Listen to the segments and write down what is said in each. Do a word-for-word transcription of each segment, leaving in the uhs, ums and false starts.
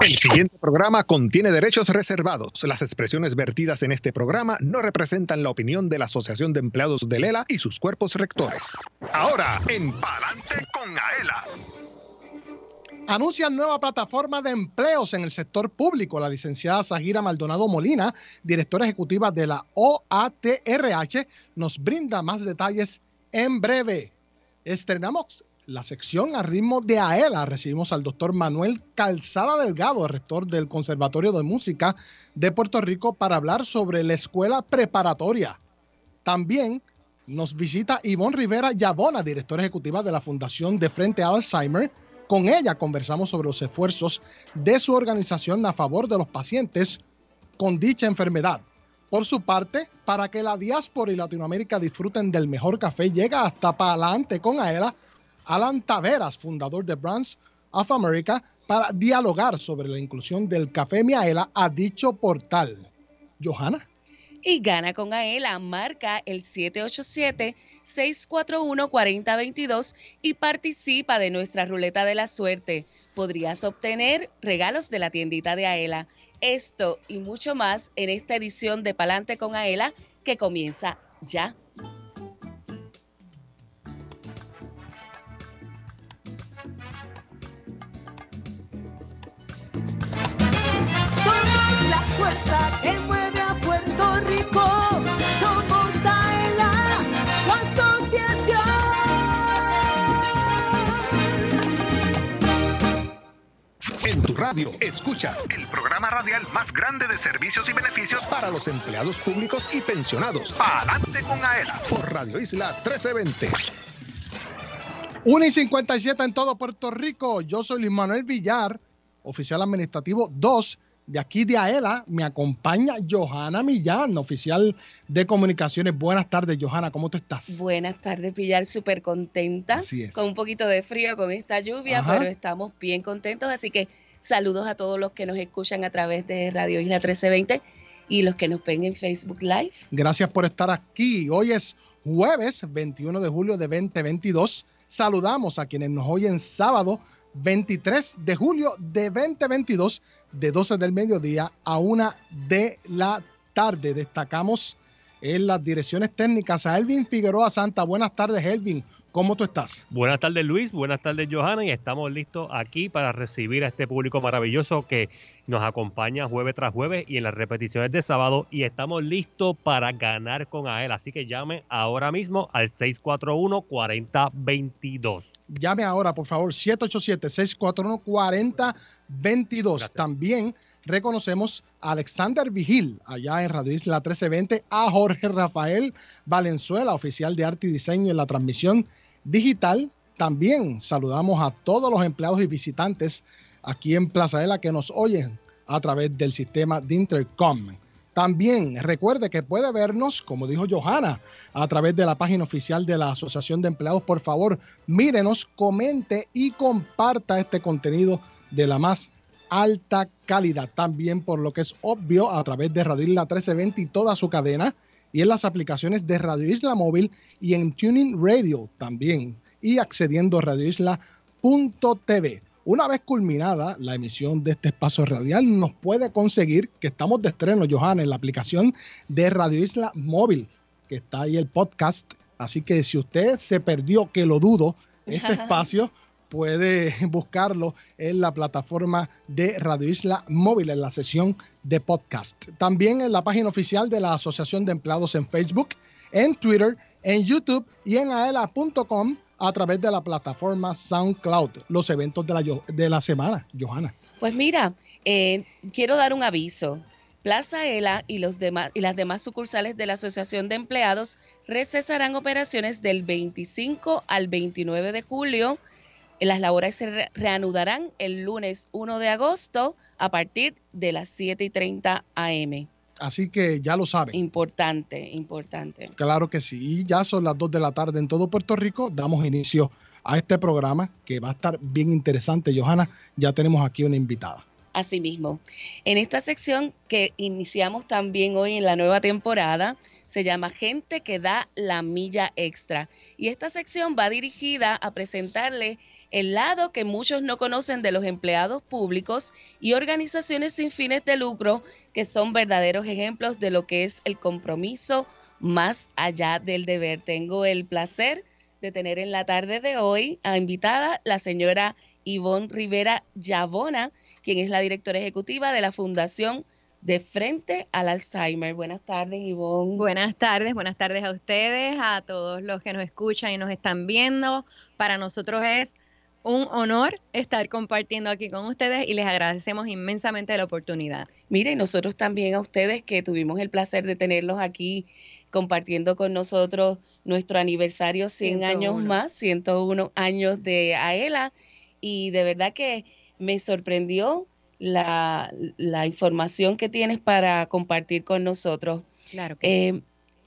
El siguiente programa contiene derechos reservados. Las expresiones vertidas en este programa no representan la opinión de la Asociación de Empleados de Lela y sus cuerpos rectores. Ahora, en Palante con Aela. Anuncian nueva plataforma de empleos en el sector público. La licenciada Zagira Maldonado Molina, directora ejecutiva de la O A T R H, nos brinda más detalles en breve. Estrenamos la sección a ritmo de Aela. Recibimos al doctor Manuel Calzada Delgado, rector del Conservatorio de Música de Puerto Rico, para hablar sobre la escuela preparatoria. También nos visita Ivonne Rivera Yabona, directora ejecutiva de la Fundación de Frente a Alzheimer. Con ella conversamos sobre los esfuerzos de su organización a favor de los pacientes con dicha enfermedad. Por su parte, para que la diáspora y Latinoamérica disfruten del mejor café, llega hasta Palante con Aela Alan Taveras, fundador de Brands of America, para dialogar sobre la inclusión del café Miaela a dicho portal. Johanna. Y gana con Aela, marca el siete ocho siete, seis cuatro uno, cuatro cero dos dos y participa de nuestra ruleta de la suerte. Podrías obtener regalos de la tiendita de Aela. Esto y mucho más en esta edición de Palante con Aela que comienza ya. La fuerza que mueve a Puerto Rico, somos Aela, tu asociación. En tu radio escuchas el programa radial más grande de servicios y beneficios para los empleados públicos y pensionados. Adelante con Aela por Radio Isla trece veinte. una y cincuenta y siete en todo Puerto Rico. Yo soy Luis Manuel Villar, oficial administrativo dos de aquí de Aela. Me acompaña Johanna Millán, oficial de comunicaciones. Buenas tardes, Johanna, ¿cómo tú estás? Buenas tardes, Villar, súper contenta. Así es. Con un poquito de frío con esta lluvia, Ajá. pero estamos bien contentos, así que saludos a todos los que nos escuchan a través de Radio Isla trece veinte y los que nos ven en Facebook Live. Gracias por estar aquí. Hoy es jueves veintiuno de julio de veinte veintidós. Saludamos a quienes nos oyen sábado veintitrés de julio de veinte veintidós, de doce del mediodía a una de la tarde. Destacamos en las direcciones técnicas a Elvin Figueroa Santa. Buenas tardes, Elvin. ¿Cómo tú estás? Buenas tardes, Luis. Buenas tardes, Johanna. Y estamos listos aquí para recibir a este público maravilloso que nos acompaña jueves tras jueves y en las repeticiones de sábado. Y estamos listos para ganar con Aela. Así que llame ahora mismo al seis cuatro uno, cuatro cero dos dos. Llame ahora, por favor, siete ocho siete, seis cuatro uno, cuatro cero dos dos. Gracias. También reconocemos a Alexander Vigil, allá en Radio Isla trece veinte, a Jorge Rafael Valenzuela, oficial de arte y diseño en la transmisión digital. También saludamos a todos los empleados y visitantes aquí en Plaza Aela que nos oyen a través del sistema de Intercom. También recuerde que puede vernos, como dijo Johanna, a través de la página oficial de la Asociación de Empleados. Por favor, mírenos, comente y comparta este contenido de la más alta calidad. También, por lo que es obvio, a través de Radio Isla trece veinte y toda su cadena, y en las aplicaciones de Radio Isla Móvil y en Tuning Radio también, y accediendo a radio isla punto t v. Una vez culminada la emisión de este espacio radial, nos puede conseguir, que estamos de estreno, Johanna, en la aplicación de Radio Isla Móvil, que está ahí el podcast. Así que si usted se perdió, que lo dudo, este espacio, puede buscarlo en la plataforma de Radio Isla Móvil, en la sección de podcast. También en la página oficial de la Asociación de Empleados en Facebook, en Twitter, en YouTube y en aela punto com a través de la plataforma SoundCloud. Los eventos de la, de la semana, Johanna. Pues mira, eh, quiero dar un aviso. Plaza Aela y, los demás, y las demás sucursales de la Asociación de Empleados recesarán operaciones del veinticinco al veintinueve de julio. Las labores se re reanudarán el lunes uno de agosto a partir de las siete y treinta a eme Así que ya lo saben. Importante, importante. Claro que sí. Y ya son las dos de la tarde en todo Puerto Rico. Damos inicio a este programa que va a estar bien interesante. Johanna, ya tenemos aquí una invitada. Asimismo, en esta sección que iniciamos también hoy en la nueva temporada, Se llama Gente que da la milla extra. Y esta sección va dirigida a presentarle el lado que muchos no conocen de los empleados públicos y organizaciones sin fines de lucro, que son verdaderos ejemplos de lo que es el compromiso más allá del deber. Tengo el placer de tener en la tarde de hoy a invitada la señora Ivonne Rivera Yavona, quien es la directora ejecutiva de la Fundación de Frente al Alzheimer. Buenas tardes, Ivonne. Buenas tardes, buenas tardes a ustedes, a todos los que nos escuchan y nos están viendo. Para nosotros es un honor estar compartiendo aquí con ustedes y les agradecemos inmensamente la oportunidad. Mire, y nosotros también a ustedes que tuvimos el placer de tenerlos aquí compartiendo con nosotros nuestro aniversario cien años más, ciento uno años de AELA, y de verdad que me sorprendió la, la información que tienes para compartir con nosotros. Claro que Eh, sí.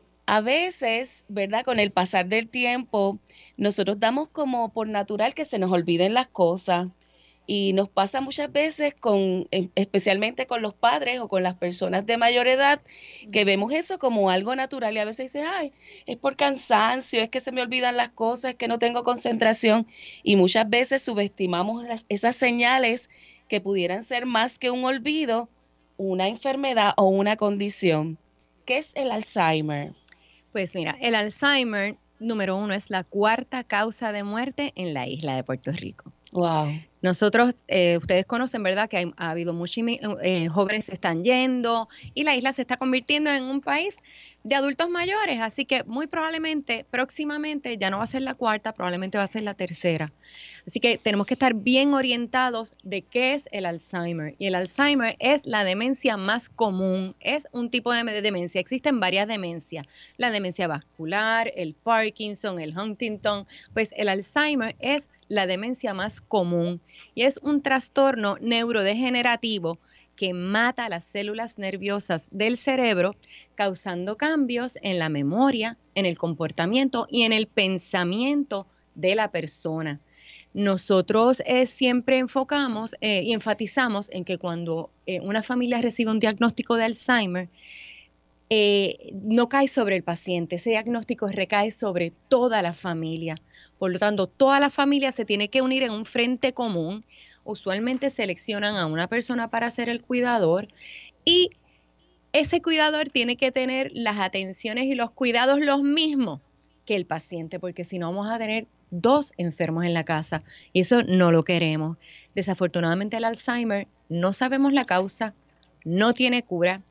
A veces, ¿verdad? Con el pasar del tiempo, nosotros damos como por natural que se nos olviden las cosas. Y nos pasa muchas veces, con, em, especialmente con los padres o con las personas de mayor edad, que vemos eso como algo natural y a veces dicen, ay, es por cansancio, es que se me olvidan las cosas, es que no tengo concentración. Y muchas veces subestimamos las- esas señales que pudieran ser más que un olvido, una enfermedad o una condición. ¿Qué es el Alzheimer? Pues mira, el Alzheimer, número uno, es la cuarta causa de muerte en la isla de Puerto Rico. Wow. Nosotros, eh, ustedes conocen, ¿verdad?, que hay- ha habido muchos eh, jóvenes se están yendo y la isla se está convirtiendo en un país de adultos mayores, así que muy probablemente, próximamente, ya no va a ser la cuarta, probablemente va a ser la tercera. Así que tenemos que estar bien orientados de qué es el Alzheimer. Y el Alzheimer es la demencia más común, es un tipo de de demencia. Existen varias demencias, la demencia vascular, el Parkinson, el Huntington, pues el Alzheimer es la demencia más común y es un trastorno neurodegenerativo que mata las células nerviosas del cerebro, causando cambios en la memoria, en el comportamiento y en el pensamiento de la persona. Nosotros eh, siempre enfocamos eh, y enfatizamos en que cuando eh, una familia recibe un diagnóstico de Alzheimer, eh, no cae sobre el paciente, ese diagnóstico recae sobre toda la familia. Por lo tanto, toda la familia se tiene que unir en un frente común. Usualmente seleccionan a una persona para ser el cuidador y ese cuidador tiene que tener las atenciones y los cuidados los mismos que el paciente, porque si no vamos a tener dos enfermos en la casa y eso no lo queremos. Desafortunadamente el Alzheimer no sabemos la causa, no tiene cura.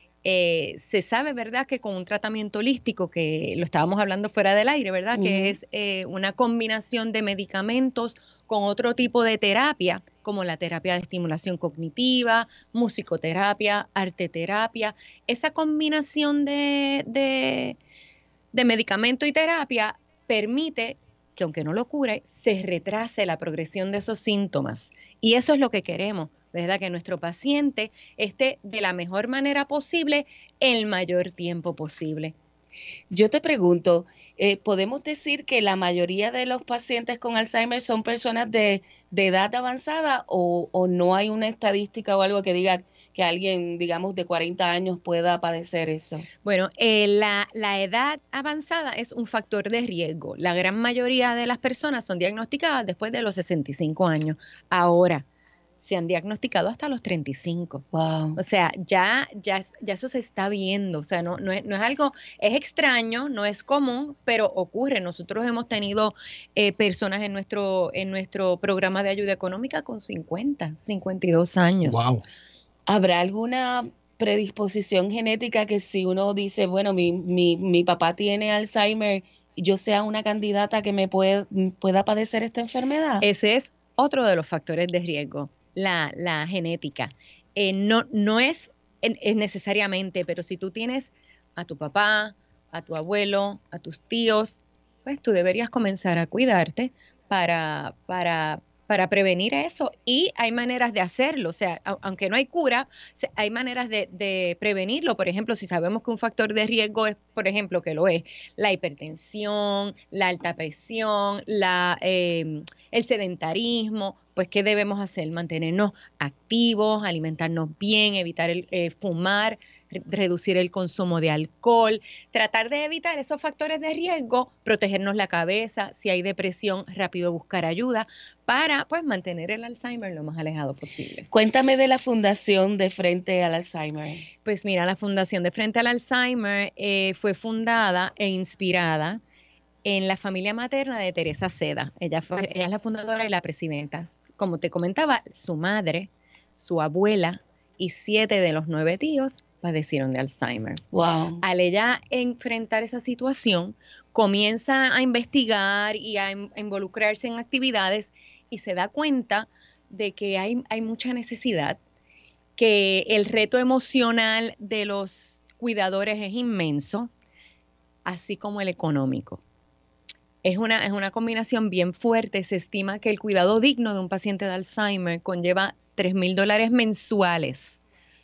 Eh, se sabe, ¿verdad?, que con un tratamiento holístico, que lo estábamos hablando fuera del aire, ¿verdad?, Ujú. que es eh, una combinación de medicamentos con otro tipo de terapia, como la terapia de estimulación cognitiva, musicoterapia, arteterapia. Esa combinación de, de, de medicamento y terapia permite que, aunque no lo cure, se retrase la progresión de esos síntomas. Y eso es lo que queremos, ¿verdad? Que nuestro paciente esté de la mejor manera posible el mayor tiempo posible. Yo te pregunto, eh, ¿podemos decir que la mayoría de los pacientes con Alzheimer son personas de, de edad avanzada o, o no hay una estadística o algo que diga que alguien, digamos, de cuarenta años pueda padecer eso? Bueno, eh, la, la edad avanzada es un factor de riesgo. La gran mayoría de las personas son diagnosticadas después de los sesenta y cinco años. Ahora, se han diagnosticado hasta los treinta y cinco. Wow. O sea, ya, ya, ya eso se está viendo. O sea, no, no, es, no es algo, es extraño, no es común, pero ocurre. Nosotros hemos tenido eh, personas en nuestro, en nuestro programa de ayuda económica con cincuenta, cincuenta y dos años. Wow. ¿Habrá alguna predisposición genética que si uno dice, bueno, mi, mi, mi papá tiene Alzheimer, yo sea una candidata que me puede, pueda padecer esta enfermedad? Ese es otro de los factores de riesgo. La, la genética. Eh, no, no es, es necesariamente, pero si tú tienes a tu papá, a tu abuelo, a tus tíos, pues tú deberías comenzar a cuidarte para, para, para prevenir eso. Y hay maneras de hacerlo, o sea, a, aunque no hay cura, hay maneras de, de prevenirlo. Por ejemplo, si sabemos que un factor de riesgo es por ejemplo, que lo es la hipertensión, la alta presión, la, eh, el sedentarismo, pues ¿qué debemos hacer? Mantenernos activos, alimentarnos bien, evitar el, eh, fumar, re- reducir el consumo de alcohol, tratar de evitar esos factores de riesgo, protegernos la cabeza, si hay depresión, rápido buscar ayuda para pues mantener el Alzheimer lo más alejado posible. Cuéntame de la Fundación de Frente al Alzheimer. Pues mira, la Fundación de Frente al Alzheimer eh, fue fundada e inspirada en la familia materna de Teresa Seda. Ella, fue, ella es la fundadora y la presidenta. Como te comentaba, su madre, su abuela y siete de los nueve tíos padecieron de Alzheimer. Wow. Al ella enfrentar esa situación, comienza a investigar y a, in- a involucrarse en actividades y se da cuenta de que hay, hay mucha necesidad, que el reto emocional de los cuidadores es inmenso, así como el económico. Es una, es una combinación bien fuerte. Se estima que el cuidado digno de un paciente de Alzheimer conlleva tres mil dólares mensuales.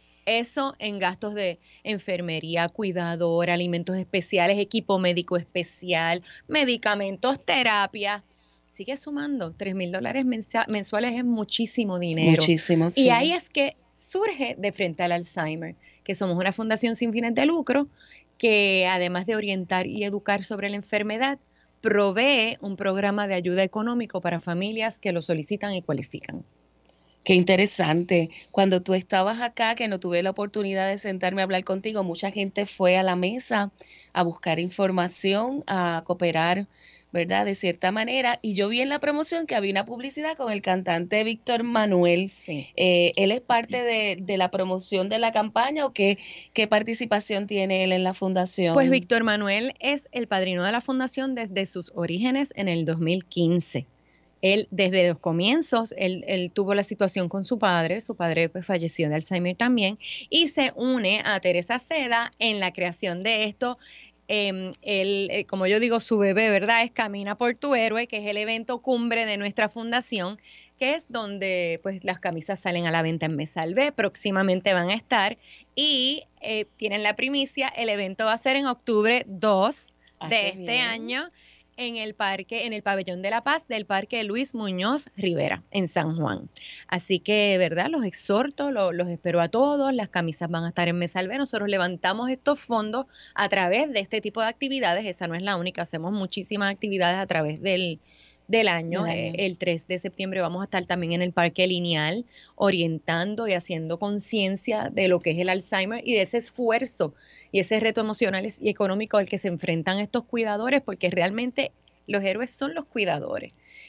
Eso en gastos de enfermería, cuidador, alimentos especiales, equipo médico especial, medicamentos, terapia. Sigue sumando. tres mil dólares mensa- mensuales es muchísimo dinero. Muchísimo, sí. Y ahí es que surge de Frente al Alzheimer, que somos una fundación sin fines de lucro que además de orientar y educar sobre la enfermedad, provee un programa de ayuda económico para familias que lo solicitan y cualifican. Qué interesante. Cuando tú estabas acá, que no tuve la oportunidad de sentarme a hablar contigo, mucha gente fue a la mesa a buscar información, a cooperar, ¿verdad? De cierta manera. Y yo vi en la promoción que había una publicidad con el cantante Víctor Manuel. Sí. Eh, ¿él es parte de, de la promoción de la campaña o qué, qué participación tiene él en la fundación? Pues Víctor Manuel es el padrino de la fundación desde sus orígenes en el dos mil quince. Él, desde los comienzos, él, él tuvo la situación con su padre, su padre pues, falleció de Alzheimer también, y se une a Teresa Seda en la creación de esto. Eh, él, eh, como yo digo, su bebé, ¿verdad? Es Camina por tu Héroe, que es el evento cumbre de nuestra fundación, que es donde pues las camisas salen a la venta en Me Salvé, próximamente van a estar, y eh, tienen la primicia, el evento va a ser en octubre dos Ah, de qué este bien. año, en el parque, en el Pabellón de la Paz del Parque Luis Muñoz Rivera, en San Juan. Así que, ¿verdad? Los exhorto, lo- los espero a todos, las camisas van a estar en Me Salvé. Nosotros levantamos estos fondos a través de este tipo de actividades, esa no es la única, hacemos muchísimas actividades a través del, del año. Del año. Eh, el tres de septiembre vamos a estar también en el Parque Lineal, orientando y haciendo conciencia de lo que es el Alzheimer y de ese esfuerzo y ese reto emocional y económico al que se enfrentan estos cuidadores, porque realmente los héroes son los cuidadores.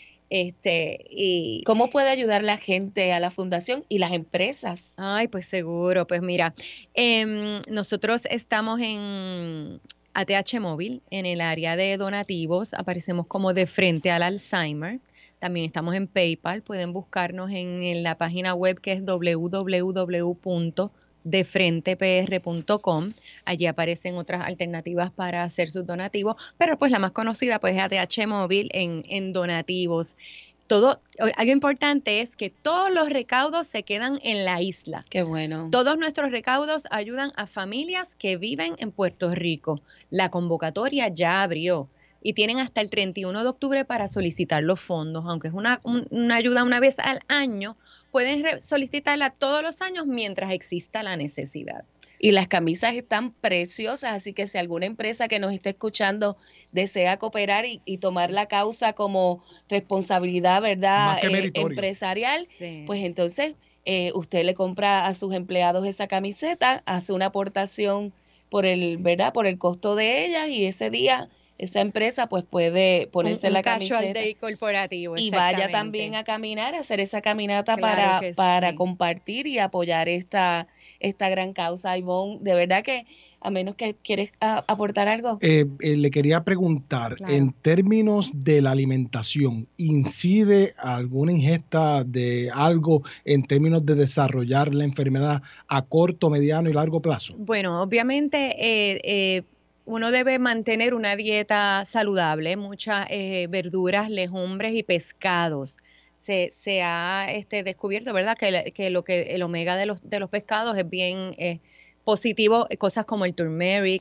Este, y, ¿Cómo puede ayudar la gente a la fundación y las empresas? ay, pues seguro, pues mira, em, nosotros estamos en A T H Móvil, en el área de donativos, aparecemos como de Frente al Alzheimer. También estamos en PayPal, pueden buscarnos en, en la página web que es doble u doble u doble u punto de frente p r punto com. Allí aparecen otras alternativas para hacer sus donativos, pero pues la más conocida pues es A T H Móvil en, en donativos. Todo, algo importante es que todos los recaudos se quedan en la isla. Qué bueno. Todos nuestros recaudos ayudan a familias que viven en Puerto Rico. La convocatoria ya abrió y tienen hasta el treinta y uno de octubre para solicitar los fondos. Aunque es una, un- una ayuda una vez al año, pueden re- solicitarla todos los años mientras exista la necesidad. Y las camisas están preciosas, así que si alguna empresa que nos esté escuchando desea cooperar y, y tomar la causa como responsabilidad, ¿verdad? Más que Eh, meritorio. empresarial, Sí. pues entonces eh, usted le compra a sus empleados esa camiseta, hace una aportación por el, ¿verdad? Por el costo de ellas y ese día esa empresa pues puede ponerse un, un la casual camiseta day corporativo. y vaya exactamente. también a caminar, a hacer esa caminata Claro para, que para sí. compartir y apoyar esta, esta gran causa. Ivonne, de verdad que a menos que quieres a- aportar algo. Eh, eh, le quería preguntar, Claro. en términos de la alimentación, ¿incide alguna ingesta de algo en términos de desarrollar la enfermedad a corto, mediano y largo plazo? Bueno, obviamente eh, eh, uno debe mantener una dieta saludable, muchas eh, verduras, legumbres y pescados. Se, se ha este, descubierto, ¿verdad?, que, la- que lo que el omega de los, de los pescados es bien eh, positivo, eh, cosas como el turmeric,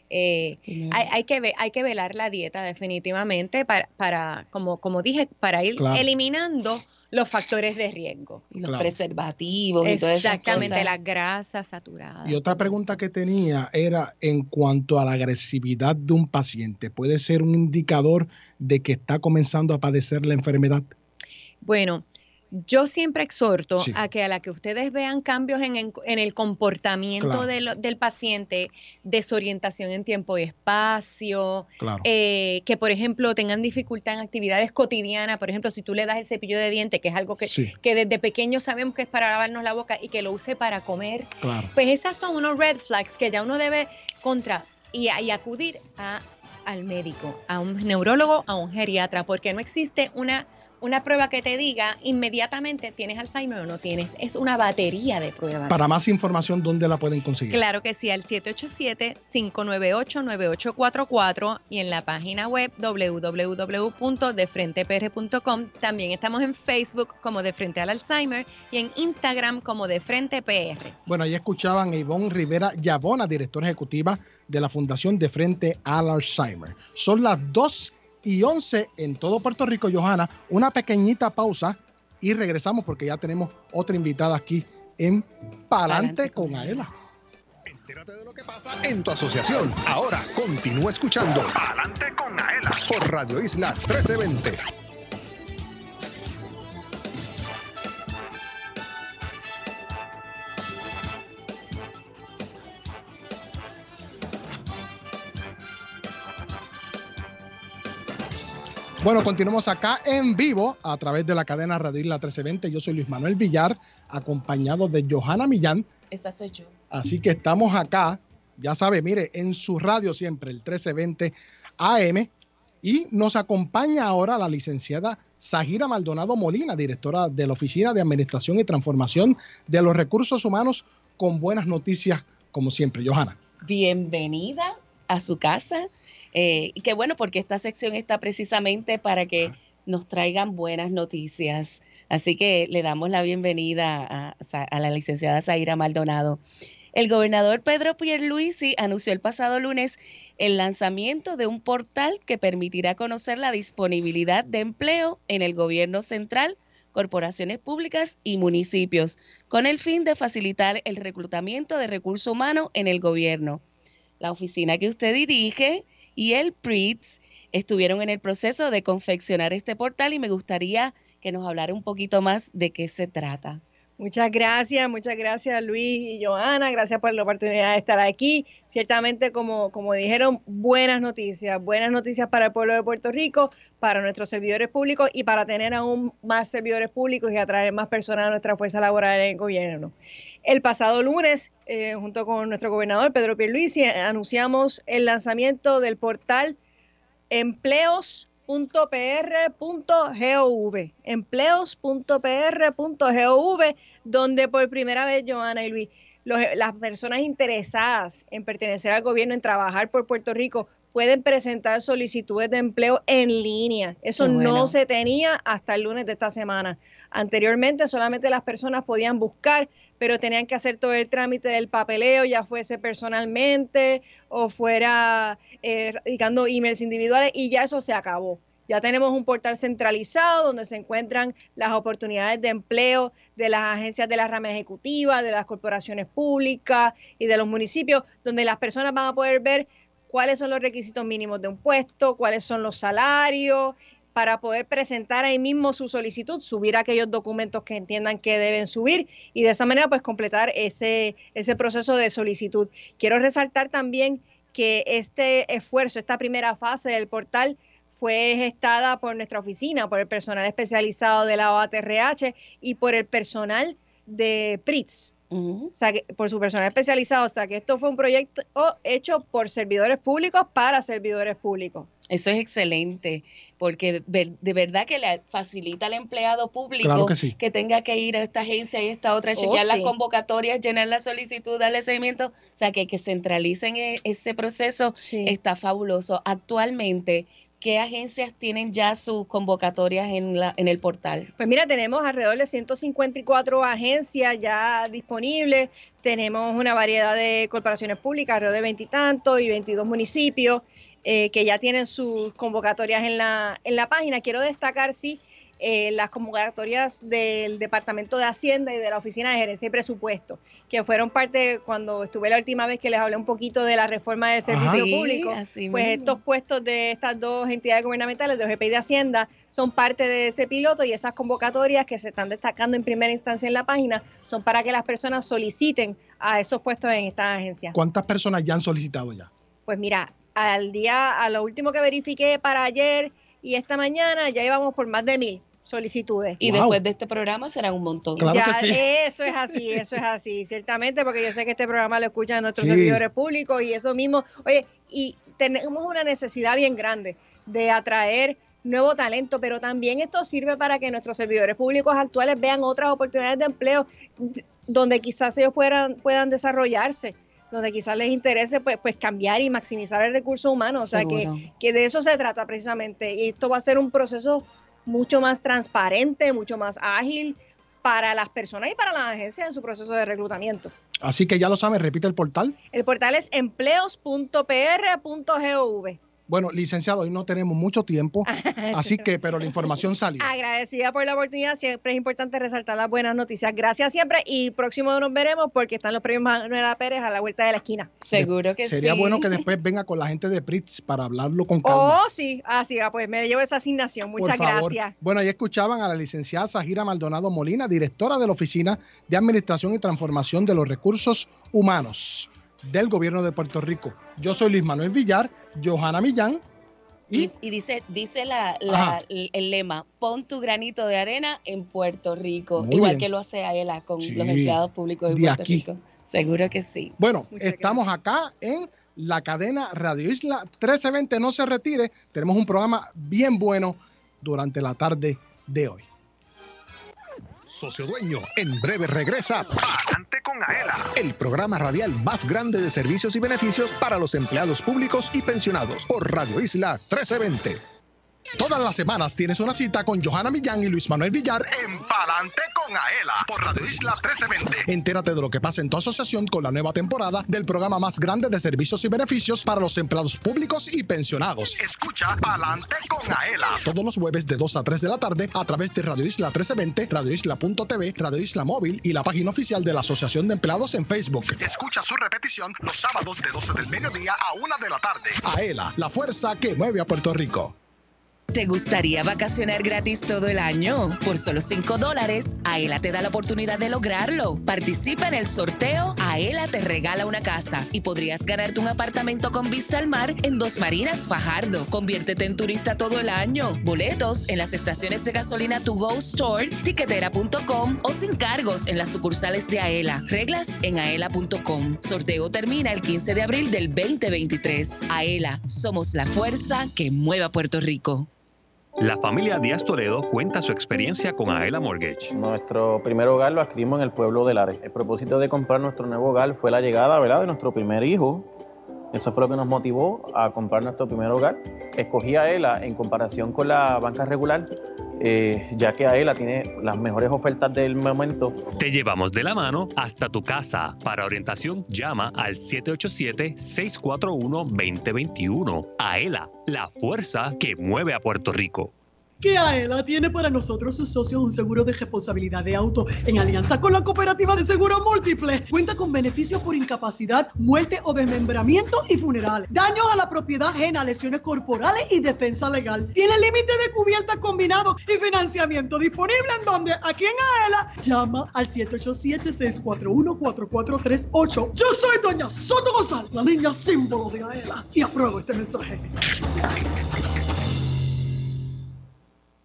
Eh, Sí. hay, hay que ve- hay que velar la dieta definitivamente para, para como, como dije, para ir Claro. eliminando los factores de riesgo. Y los Claro. preservativos y todas esas Exactamente, cosas. las grasas saturadas. Y otra todo pregunta eso. que tenía era en cuanto a la agresividad de un paciente. ¿Puede ser un indicador de que está comenzando a padecer la enfermedad? Bueno, yo siempre exhorto Sí. a que a la que ustedes vean cambios en, en- en el comportamiento Claro. de lo- del paciente, desorientación en tiempo y espacio, Claro. eh, que por ejemplo tengan dificultad en actividades cotidianas, por ejemplo, si tú le das el cepillo de dientes, que es algo que, Sí, que desde pequeño sabemos que es para lavarnos la boca y que lo use para comer, claro. pues esas son unos red flags que ya uno debe contra y, y acudir a, al médico, a un neurólogo, a un geriatra, porque no existe una, una prueba que te diga inmediatamente tienes Alzheimer o no tienes. Es una batería de pruebas. Para más información, ¿dónde la pueden conseguir? Claro que sí, al siete ocho siete, cinco nueve ocho, nueve ocho cuatro cuatro y en la página web doble u doble u doble u punto de frente p r punto com. También estamos en Facebook como De Frente al Alzheimer y en Instagram como De Frente P R. Bueno, ahí escuchaban a Ivonne Rivera Yabona, directora ejecutiva de la Fundación De Frente al Alzheimer. Son las dos y once en todo Puerto Rico, Johanna. Una pequeñita pausa y regresamos porque ya tenemos otra invitada aquí en Palante Pa'lante con con Aela. Entérate de lo que pasa en tu asociación. Ahora continúa escuchando Adelante con Aela por Radio Isla trece veinte. Bueno, continuamos acá en vivo a través de la cadena Radio Isla trece veinte. Yo soy Luis Manuel Villar, acompañado de Johanna Millán. Esa soy yo. Así que estamos acá, ya sabe, mire, en su radio siempre, el trece veinte A M. Y nos acompaña ahora la licenciada Zahira Maldonado Molina, directora de la Oficina de Administración y Transformación de los Recursos Humanos, con buenas noticias, como siempre. Johanna. Bienvenida a su casa. Eh, y qué bueno, porque esta sección está precisamente para que nos traigan buenas noticias. Así que le damos la bienvenida a, a la licenciada Zahira Maldonado. El gobernador Pedro Pierluisi anunció el pasado lunes el lanzamiento de un portal que permitirá conocer la disponibilidad de empleo en el gobierno central, corporaciones públicas y municipios, con el fin de facilitar el reclutamiento de recursos humanos en el gobierno. La oficina que usted dirige y el P R I T S estuvieron en el proceso de confeccionar este portal y me gustaría que nos hablara un poquito más de qué se trata. Muchas gracias, muchas gracias Luis y Johanna, gracias por la oportunidad de estar aquí. Ciertamente, como, como dijeron, buenas noticias, buenas noticias para el pueblo de Puerto Rico, para nuestros servidores públicos y para tener aún más servidores públicos y atraer más personas a nuestra fuerza laboral en el gobierno. El pasado lunes, eh, junto con nuestro gobernador Pedro Pierluisi, anunciamos el lanzamiento del portal empleos punto p r punto gov, empleos punto p r punto gov, donde por primera vez, Johanna y Luis, los, las personas interesadas en pertenecer al gobierno, en trabajar por Puerto Rico, pueden presentar solicitudes de empleo en línea. Eso Qué bueno. no se tenía hasta el lunes de esta semana. Anteriormente solamente las personas podían buscar, pero tenían que hacer todo el trámite del papeleo, ya fuese personalmente o fuera eh, radicando emails individuales, y ya eso se acabó. Ya tenemos un portal centralizado donde se encuentran las oportunidades de empleo de las agencias de la rama ejecutiva, de las corporaciones públicas y de los municipios, donde las personas van a poder ver cuáles son los requisitos mínimos de un puesto, cuáles son los salarios, para poder presentar ahí mismo su solicitud, subir aquellos documentos que entiendan que deben subir y de esa manera pues completar ese, ese proceso de solicitud. Quiero resaltar también que este esfuerzo, esta primera fase del portal fue gestada por nuestra oficina, por el personal especializado de la O A T R H y por el personal de P R I T S. Uh-huh. O sea, que por su personal especializado, o sea, que esto fue un proyecto hecho por servidores públicos para servidores públicos. Eso es excelente, porque de, de verdad que le facilita al empleado público Claro que sí. que tenga que ir a esta agencia y a esta otra, chequear Oh, las sí. convocatorias, llenar la solicitud, darle seguimiento, o sea, que, que centralicen e- ese proceso Sí. está fabuloso. Actualmente, ¿qué agencias tienen ya sus convocatorias en, la, en el portal? Pues mira, tenemos alrededor de ciento cincuenta y cuatro agencias ya disponibles, tenemos una variedad de corporaciones públicas, alrededor de veintitantos y veintidós municipios eh, que ya tienen sus convocatorias en la, en la página. Quiero destacar, sí, Eh, las convocatorias del Departamento de Hacienda y de la Oficina de Gerencia y Presupuesto, que fueron parte, cuando estuve la última vez que les hablé un poquito de la reforma del servicio Sí, público, así pues mismo. estos puestos de estas dos entidades gubernamentales, de O G P y de Hacienda, son parte de ese piloto, y esas convocatorias que se están destacando en primera instancia en la página son para que las personas soliciten a esos puestos en estas agencias. ¿Cuántas personas ya han solicitado ya? Pues mira, al día, a lo último que verifiqué para ayer y esta mañana, ya íbamos por más de mil solicitudes. Y Wow. después de este programa serán un montón. Claro Ya, que sí. eso es así, eso es así, ciertamente, porque yo sé que este programa lo escuchan nuestros Sí. servidores públicos y eso mismo. Oye, y tenemos una necesidad bien grande de atraer nuevo talento, pero también esto sirve para que nuestros servidores públicos actuales vean otras oportunidades de empleo d- donde quizás ellos puedan, puedan desarrollarse, donde quizás les interese pues, pues cambiar y maximizar el recurso humano. O sea, que, Seguro. que de eso se trata precisamente. Y esto va a ser un proceso mucho más transparente, mucho más ágil para las personas y para las agencias en su proceso de reclutamiento. Así que ya lo saben, repite el portal. El portal es empleos punto p r punto gov. Bueno, licenciado, hoy no tenemos mucho tiempo, así que, pero la información salió. Agradecida por la oportunidad, siempre es importante resaltar las buenas noticias. Gracias siempre y próximo nos veremos porque están los premios Manuela Pérez a la vuelta de la esquina. Seguro que Sería sí. bueno que después venga con la gente de P R I T S para hablarlo con calma. Oh, sí, así, ah, pues me llevo esa asignación. Muchas Por favor. gracias. Bueno, ahí escuchaban a la licenciada Zahira Maldonado Molina, directora de la Oficina de Administración y Transformación de los Recursos Humanos del Gobierno de Puerto Rico. Yo soy Luis Manuel Villar, Johanna Millán y... Y, y dice, dice la, la- Ajá. el lema, pon tu granito de arena en Puerto Rico, Muy igual bien. que lo hace Aela con Sí, los empleados públicos de, de Puerto aquí. Rico. Seguro que sí. Bueno, Muchas estamos gracias. acá en la cadena Radio Isla trece veinte. No se retire, tenemos un programa bien bueno durante la tarde de hoy. Socio Dueño, en breve regresa Pa'lante con Aela, el programa radial más grande de servicios y beneficios para los empleados públicos y pensionados por Radio Isla trece veinte. Todas las semanas tienes una cita con Johanna Millán y Luis Manuel Villar. En Pa'lante con Aela por Radio Isla trece veinte. Entérate de lo que pasa en tu asociación con la nueva temporada del programa más grande de servicios y beneficios para los empleados públicos y pensionados. Escucha Pa'lante con Aela. Todos los jueves de dos a tres de la tarde a través de Radio Isla trece veinte, Radio Isla punto t v, Radio Isla Móvil y la página oficial de la Asociación de Empleados en Facebook. Escucha su repetición los sábados de doce del mediodía a una de la tarde. AELA, la fuerza que mueve a Puerto Rico. ¿Te gustaría vacacionar gratis todo el año? Por solo cinco dólares, Aela te da la oportunidad de lograrlo. Participa en el sorteo Aela te regala una casa y podrías ganarte un apartamento con vista al mar en Dos Marinas, Fajardo. Conviértete en turista todo el año. Boletos en las estaciones de gasolina To Go Store, tiquetera punto com o sin cargos en las sucursales de Aela. Reglas en aela punto com. Sorteo termina el quince de abril del veinte veintitrés. Aela, somos la fuerza que mueve a Puerto Rico. La familia Díaz Toledo cuenta su experiencia con Aela Mortgage. Nuestro primer hogar lo adquirimos en el pueblo de Lares. El propósito de comprar nuestro nuevo hogar fue la llegada, ¿verdad?, de nuestro primer hijo. Eso fue lo que nos motivó a comprar nuestro primer hogar. Escogí a Aela en comparación con la banca regular, eh, ya que Aela tiene las mejores ofertas del momento. Te llevamos de la mano hasta tu casa. Para orientación, llama al siete ocho siete, seis cuatro uno, dos cero dos uno. Aela, la fuerza que mueve a Puerto Rico. Que Aela tiene para nosotros sus socios un seguro de responsabilidad de auto en alianza con la Cooperativa de Seguro Múltiple. Cuenta con beneficios por incapacidad, muerte o desmembramiento y funeral, daños a la propiedad ajena, lesiones corporales y defensa legal. Tiene límite de cubierta combinado y financiamiento disponible en donde, aquí en Aela, llama al siete ocho siete, seis cuatro uno, cuatro cuatro tres ocho. Yo soy doña Soto González, la niña símbolo de Aela, y apruebo este mensaje.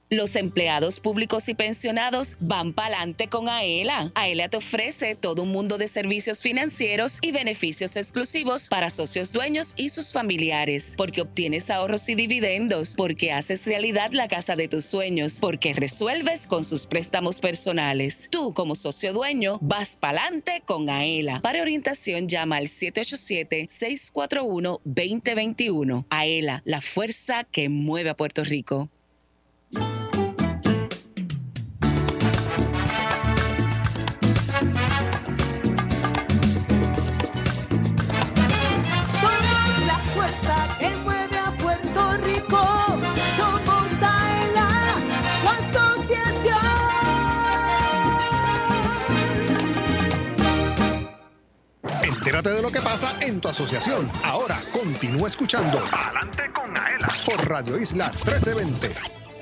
Los empleados públicos y pensionados van pa'lante con Aela. Aela te ofrece todo un mundo de servicios financieros y beneficios exclusivos para socios dueños y sus familiares, porque obtienes ahorros y dividendos, porque haces realidad la casa de tus sueños, porque resuelves con sus préstamos personales. Tú, como socio dueño, vas pa'lante con Aela. Para orientación, llama al siete ocho siete, seis cuatro uno, dos cero dos uno. Aela, la fuerza que mueve a Puerto Rico. Entérate de lo que pasa en tu asociación. Ahora continúa escuchando Adelante con Aela por Radio Isla trece veinte.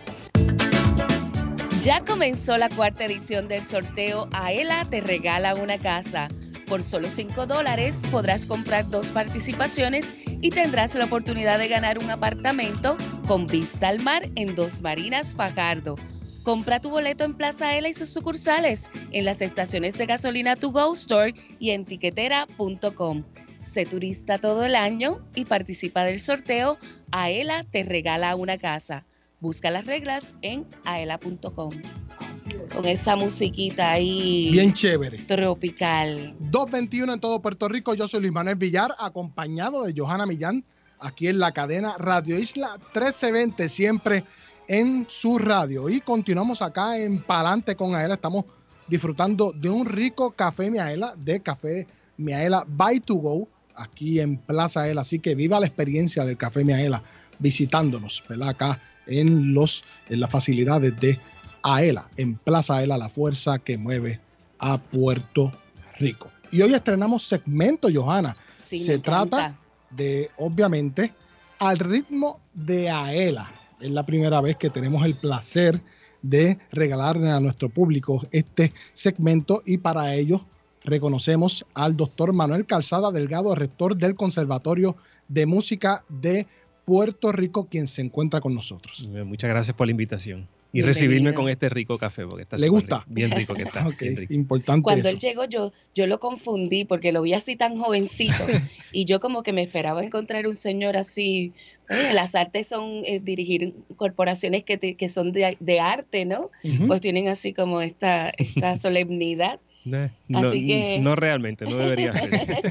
Ya comenzó la cuarta edición del sorteo Aela te regala una casa. Por solo cinco dólares podrás comprar dos participaciones y tendrás la oportunidad de ganar un apartamento con vista al mar en Dos Marinas, Fajardo. Compra tu boleto en Plaza Aela y sus sucursales, en las estaciones de gasolina To Go Store y en tiquetera punto com. Sé turista todo el año y participa del sorteo Aela te regala una casa. Busca las reglas en aela punto com. Con esa musiquita ahí. Bien chévere. Tropical. dos veintiuno en todo Puerto Rico. Yo soy Luis Manuel Villar, acompañado de Johanna Millán, aquí en la cadena Radio Isla trece veinte, siempre en su radio. Y continuamos acá en Palante con Aela. Estamos disfrutando de un rico café Miaela, de Café Miaela by To Go, aquí en Plaza Aela. Así que viva la experiencia del café Miaela visitándonos, ¿verdad? Acá en, los, en las facilidades de Aela, en Plaza Aela, la fuerza que mueve a Puerto Rico. Y hoy estrenamos segmento, Johanna. Sí, Se me trata encanta. de, obviamente, Al ritmo de Aela. Es la primera vez que tenemos el placer de regalarle a nuestro público este segmento y para ello reconocemos al doctor Manuel Calzada Delgado, rector del Conservatorio de Música de Puerto Rico, quien se encuentra con nosotros. Muchas gracias por la invitación y Bienvenido. recibirme con este rico café. Porque está ¿Le gusta? Bien rico que está. Ok, bien rico. importante Cuando eso. él llegó, yo, yo lo confundí porque lo vi así tan jovencito y yo como que me esperaba encontrar un señor así. Oye, las artes son eh, dirigir corporaciones que, te- que son de, de arte, ¿no? Ujú. Pues tienen así como esta, esta solemnidad. No, no, Así que- no realmente, no debería ser.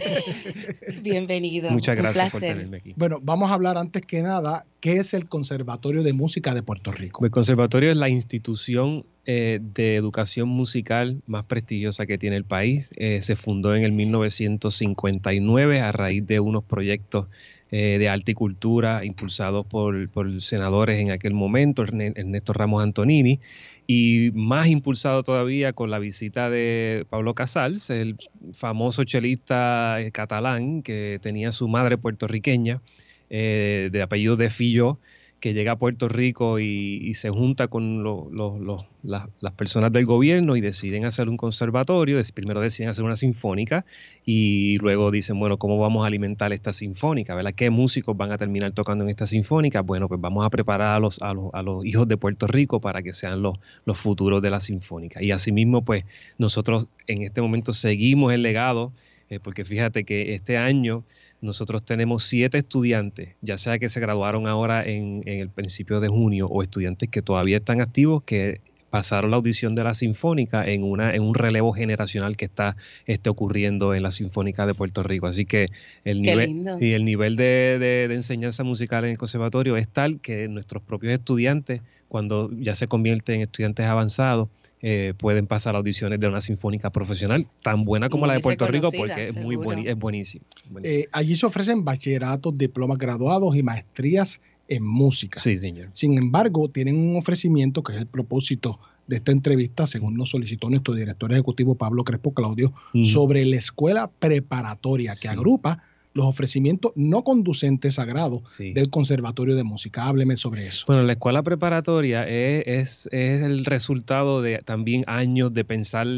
Bienvenido. Muchas un gracias por placer. tenerme aquí. Bueno, vamos a hablar antes que nada, ¿qué es el Conservatorio de Música de Puerto Rico? El Conservatorio es la institución eh, de educación musical más prestigiosa que tiene el país. Eh, se fundó en el mil novecientos cincuenta y nueve a raíz de unos proyectos eh, de arte y cultura impulsados por, por senadores en aquel momento, Erne- Ernesto Ramos Antonini, y más impulsado todavía con la visita de Pablo Casals, el famoso chelista eh, catalán que tenía su madre puertorriqueña, eh, de apellido de Filló, que llega a Puerto Rico y, y se junta con lo- lo- lo- la- las personas del gobierno y deciden hacer un conservatorio. Des- Primero deciden hacer una sinfónica y luego dicen, bueno, ¿cómo vamos a alimentar esta sinfónica? ¿Verdad? ¿Qué músicos van a terminar tocando en esta sinfónica? Bueno, pues vamos a preparar a los, a los, a los hijos de Puerto Rico para que sean los, los futuros de la sinfónica. Y asimismo, pues nosotros en este momento seguimos el legado, eh, porque fíjate que este año nosotros tenemos siete estudiantes, ya sea que se graduaron ahora en, en el principio de junio o estudiantes que todavía están activos, que pasaron la audición de la Sinfónica en, una, en un relevo generacional que está este, ocurriendo en la Sinfónica de Puerto Rico. Así que el Qué nivel, lindo. y el nivel de, de- de enseñanza musical en el conservatorio es tal que nuestros propios estudiantes, cuando ya se convierten en estudiantes avanzados, eh, pueden pasar audiciones de una sinfónica profesional tan buena como la de Muy Puerto Rico, reconocida, porque es muy seguro. bueni- es buenísimo. buenísimo. Eh, allí se ofrecen bachilleratos, diplomas graduados y maestrías en música. Sí, señor. Sin embargo, tienen un ofrecimiento que es el propósito de esta entrevista, según nos solicitó nuestro director ejecutivo Pablo Crespo Claudio, Ujú. sobre la escuela preparatoria que Sí. agrupa los ofrecimientos no conducentes a grado Sí. del Conservatorio de Música. Hábleme sobre eso. Bueno, la escuela preparatoria es, es, es el resultado de también años de pensar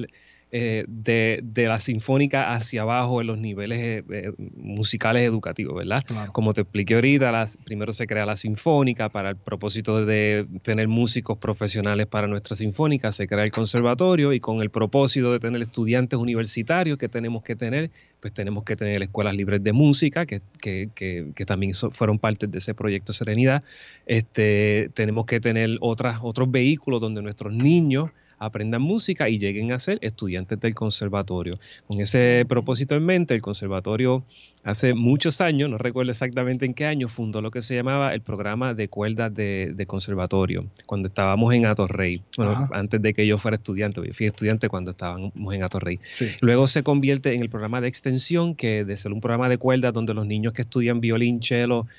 eh, de, de la sinfónica hacia abajo en los niveles eh, eh, musicales educativos, ¿verdad? Claro. Como te expliqué ahorita, las, primero se crea la sinfónica para el propósito de tener músicos profesionales para nuestra sinfónica, se crea el conservatorio y con el propósito de tener estudiantes universitarios que tenemos que tener, pues tenemos que tener escuelas libres de música, que, que, que, que también so, fueron parte de ese proyecto Serenidad. Este, tenemos que tener otras, otros vehículos donde nuestros niños aprendan música y lleguen a ser estudiantes del conservatorio. Con ese propósito en mente, el conservatorio hace muchos años, no recuerdo exactamente en qué año, fundó lo que se llamaba el programa de cuerdas de, de conservatorio, cuando estábamos en Atorrey. Bueno, Ajá. antes de que yo fuera estudiante, yo fui estudiante cuando estábamos en Atorrey. Sí. Luego se convierte en el programa de extensión, que de ser un programa de cuerdas donde los niños que estudian violín, cello,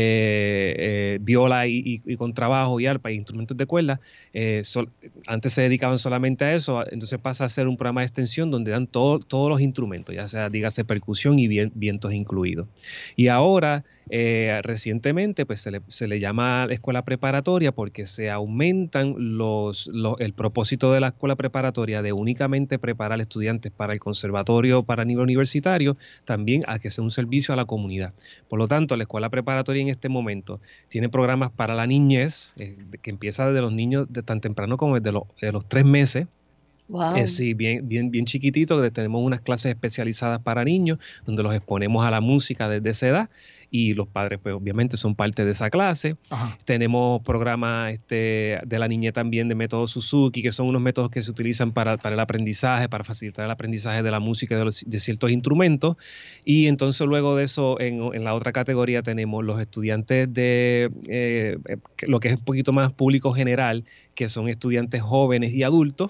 eh, eh, viola y, y, y contrabajo y arpa y instrumentos de cuerda, eh, sol, antes se dedicaban solamente a eso, entonces pasa a ser un programa de extensión donde dan todo, todos los instrumentos, ya sea, dígase, percusión y vientos incluidos. Y ahora, eh, recientemente, pues se le, se le llama escuela preparatoria porque se aumentan los, los, el propósito de la escuela preparatoria de únicamente preparar estudiantes para el conservatorio, para nivel universitario, también a que sea un servicio a la comunidad. Por lo tanto, la escuela preparatoria en este momento tiene programas para la niñez, eh, que empieza desde los niños de tan temprano como desde los, de los tres meses. Wow. Eh, sí, bien, bien, bien chiquitito, que tenemos unas clases especializadas para niños, donde los exponemos a la música desde esa edad, y los padres, pues obviamente son parte de esa clase. Ajá. Tenemos programas este, de la niñez también de método Suzuki, que son unos métodos que se utilizan para, para el aprendizaje, para facilitar el aprendizaje de la música y de, los, de ciertos instrumentos. Y entonces luego de eso, en, en la otra categoría tenemos los estudiantes de eh, lo que es un poquito más público general, que son estudiantes jóvenes y adultos.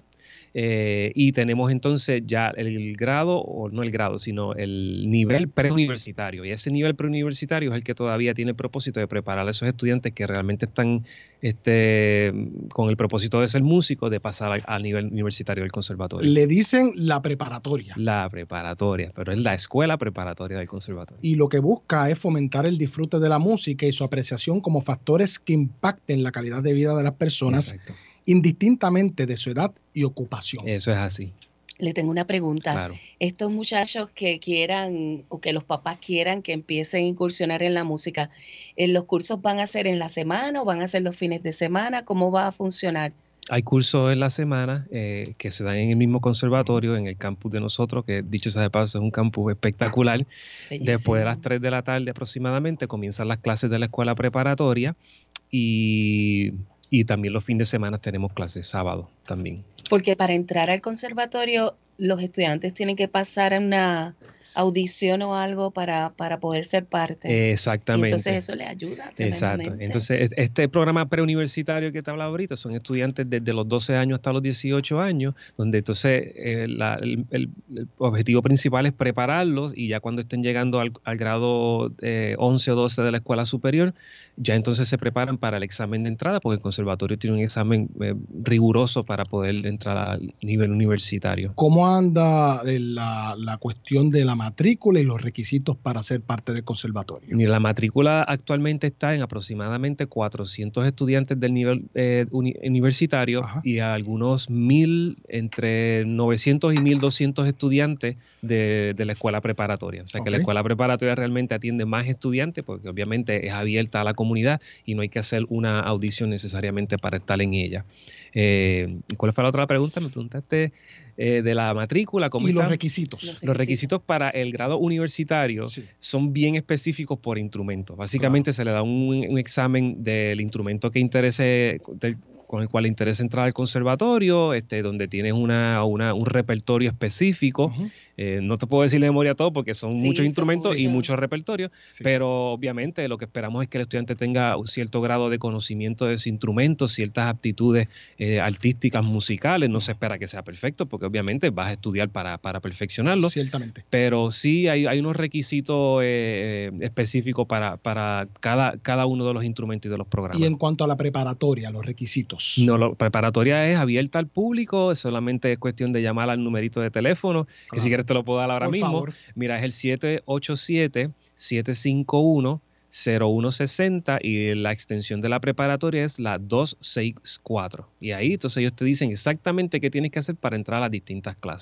Eh, y tenemos entonces ya el grado, o no el grado, sino el nivel preuniversitario. Y ese nivel preuniversitario es el que todavía tiene el propósito de preparar a esos estudiantes que realmente están este, con el propósito de ser músicos, de pasar al, al nivel universitario del conservatorio. Le dicen la preparatoria. La preparatoria, pero es la escuela preparatoria del conservatorio. Y lo que busca es fomentar el disfrute de la música y su apreciación como factores que impacten la calidad de vida de las personas. Exacto. Indistintamente de su edad y ocupación. Eso es así. Le tengo una pregunta. Claro. Estos muchachos que quieran o que los papás quieran que empiecen a incursionar en la música, ¿los cursos van a ser en la semana o van a ser los fines de semana? ¿Cómo va a funcionar? Hay cursos en la semana eh, que se dan en el mismo conservatorio, en el campus de nosotros, que dicho sea de paso es un campus espectacular. Bellísimo. Después de las tres de la tarde aproximadamente comienzan las clases de la escuela preparatoria y... Y también los fines de semana tenemos clases sábado también. Porque para entrar al conservatorio, los estudiantes tienen que pasar una audición o algo para, para poder ser parte. Exactamente. Y entonces eso les ayuda tremendamente. Exacto. Entonces, este programa preuniversitario que te hablaba ahorita son estudiantes desde los doce años hasta los dieciocho años, donde entonces eh, la, el, el, el objetivo principal es prepararlos y ya cuando estén llegando al, al grado eh, once o doce de la escuela superior, ya entonces se preparan para el examen de entrada, porque el conservatorio tiene un examen eh, riguroso para poder entrar al nivel universitario. ¿Cómo anda la, la cuestión de la matrícula y los requisitos para ser parte del conservatorio? La matrícula actualmente está en aproximadamente cuatrocientos estudiantes del nivel eh, uni universitario. Ajá. Y algunos mil, entre novecientos y mil doscientos estudiantes de, de la escuela preparatoria. O sea, okay, que la escuela preparatoria realmente atiende más estudiantes porque obviamente es abierta a la comunidad y no hay que hacer una audición necesariamente para estar en ella. Eh, ¿Cuál fue la otra pregunta? Me preguntaste eh, de la matrícula. ¿Cómo y están? los requisitos. Los requisitos. Los requisitos para el grado universitario sí. son bien específicos por instrumento. Básicamente claro. se le da un, un examen del instrumento que interese, del, con el cual le interesa entrar al conservatorio, este, donde tienes una, una, un repertorio específico. Uh-huh. eh, no te puedo decir de memoria todo porque son sí, muchos instrumentos mucho. y muchos repertorios, sí. pero obviamente lo que esperamos es que el estudiante tenga un cierto grado de conocimiento de ese instrumento, ciertas aptitudes eh, artísticas, musicales. No se espera que sea perfecto porque obviamente vas a estudiar para, para perfeccionarlo. Ciertamente. Pero sí hay, hay unos requisitos eh, específicos para, para cada, cada uno de los instrumentos y de los programas. Y en cuanto a la preparatoria, los requisitos. No, la preparatoria es abierta al público, solamente es cuestión de llamar al numerito de teléfono, claro. que si quieres te lo puedo dar ahora Por mismo. Favor. Mira, es el siete ocho siete, siete cinco uno, cero uno seis cero y la extensión de la preparatoria es la doscientos sesenta y cuatro. Y ahí entonces ellos te dicen exactamente qué tienes que hacer para entrar a las distintas clases.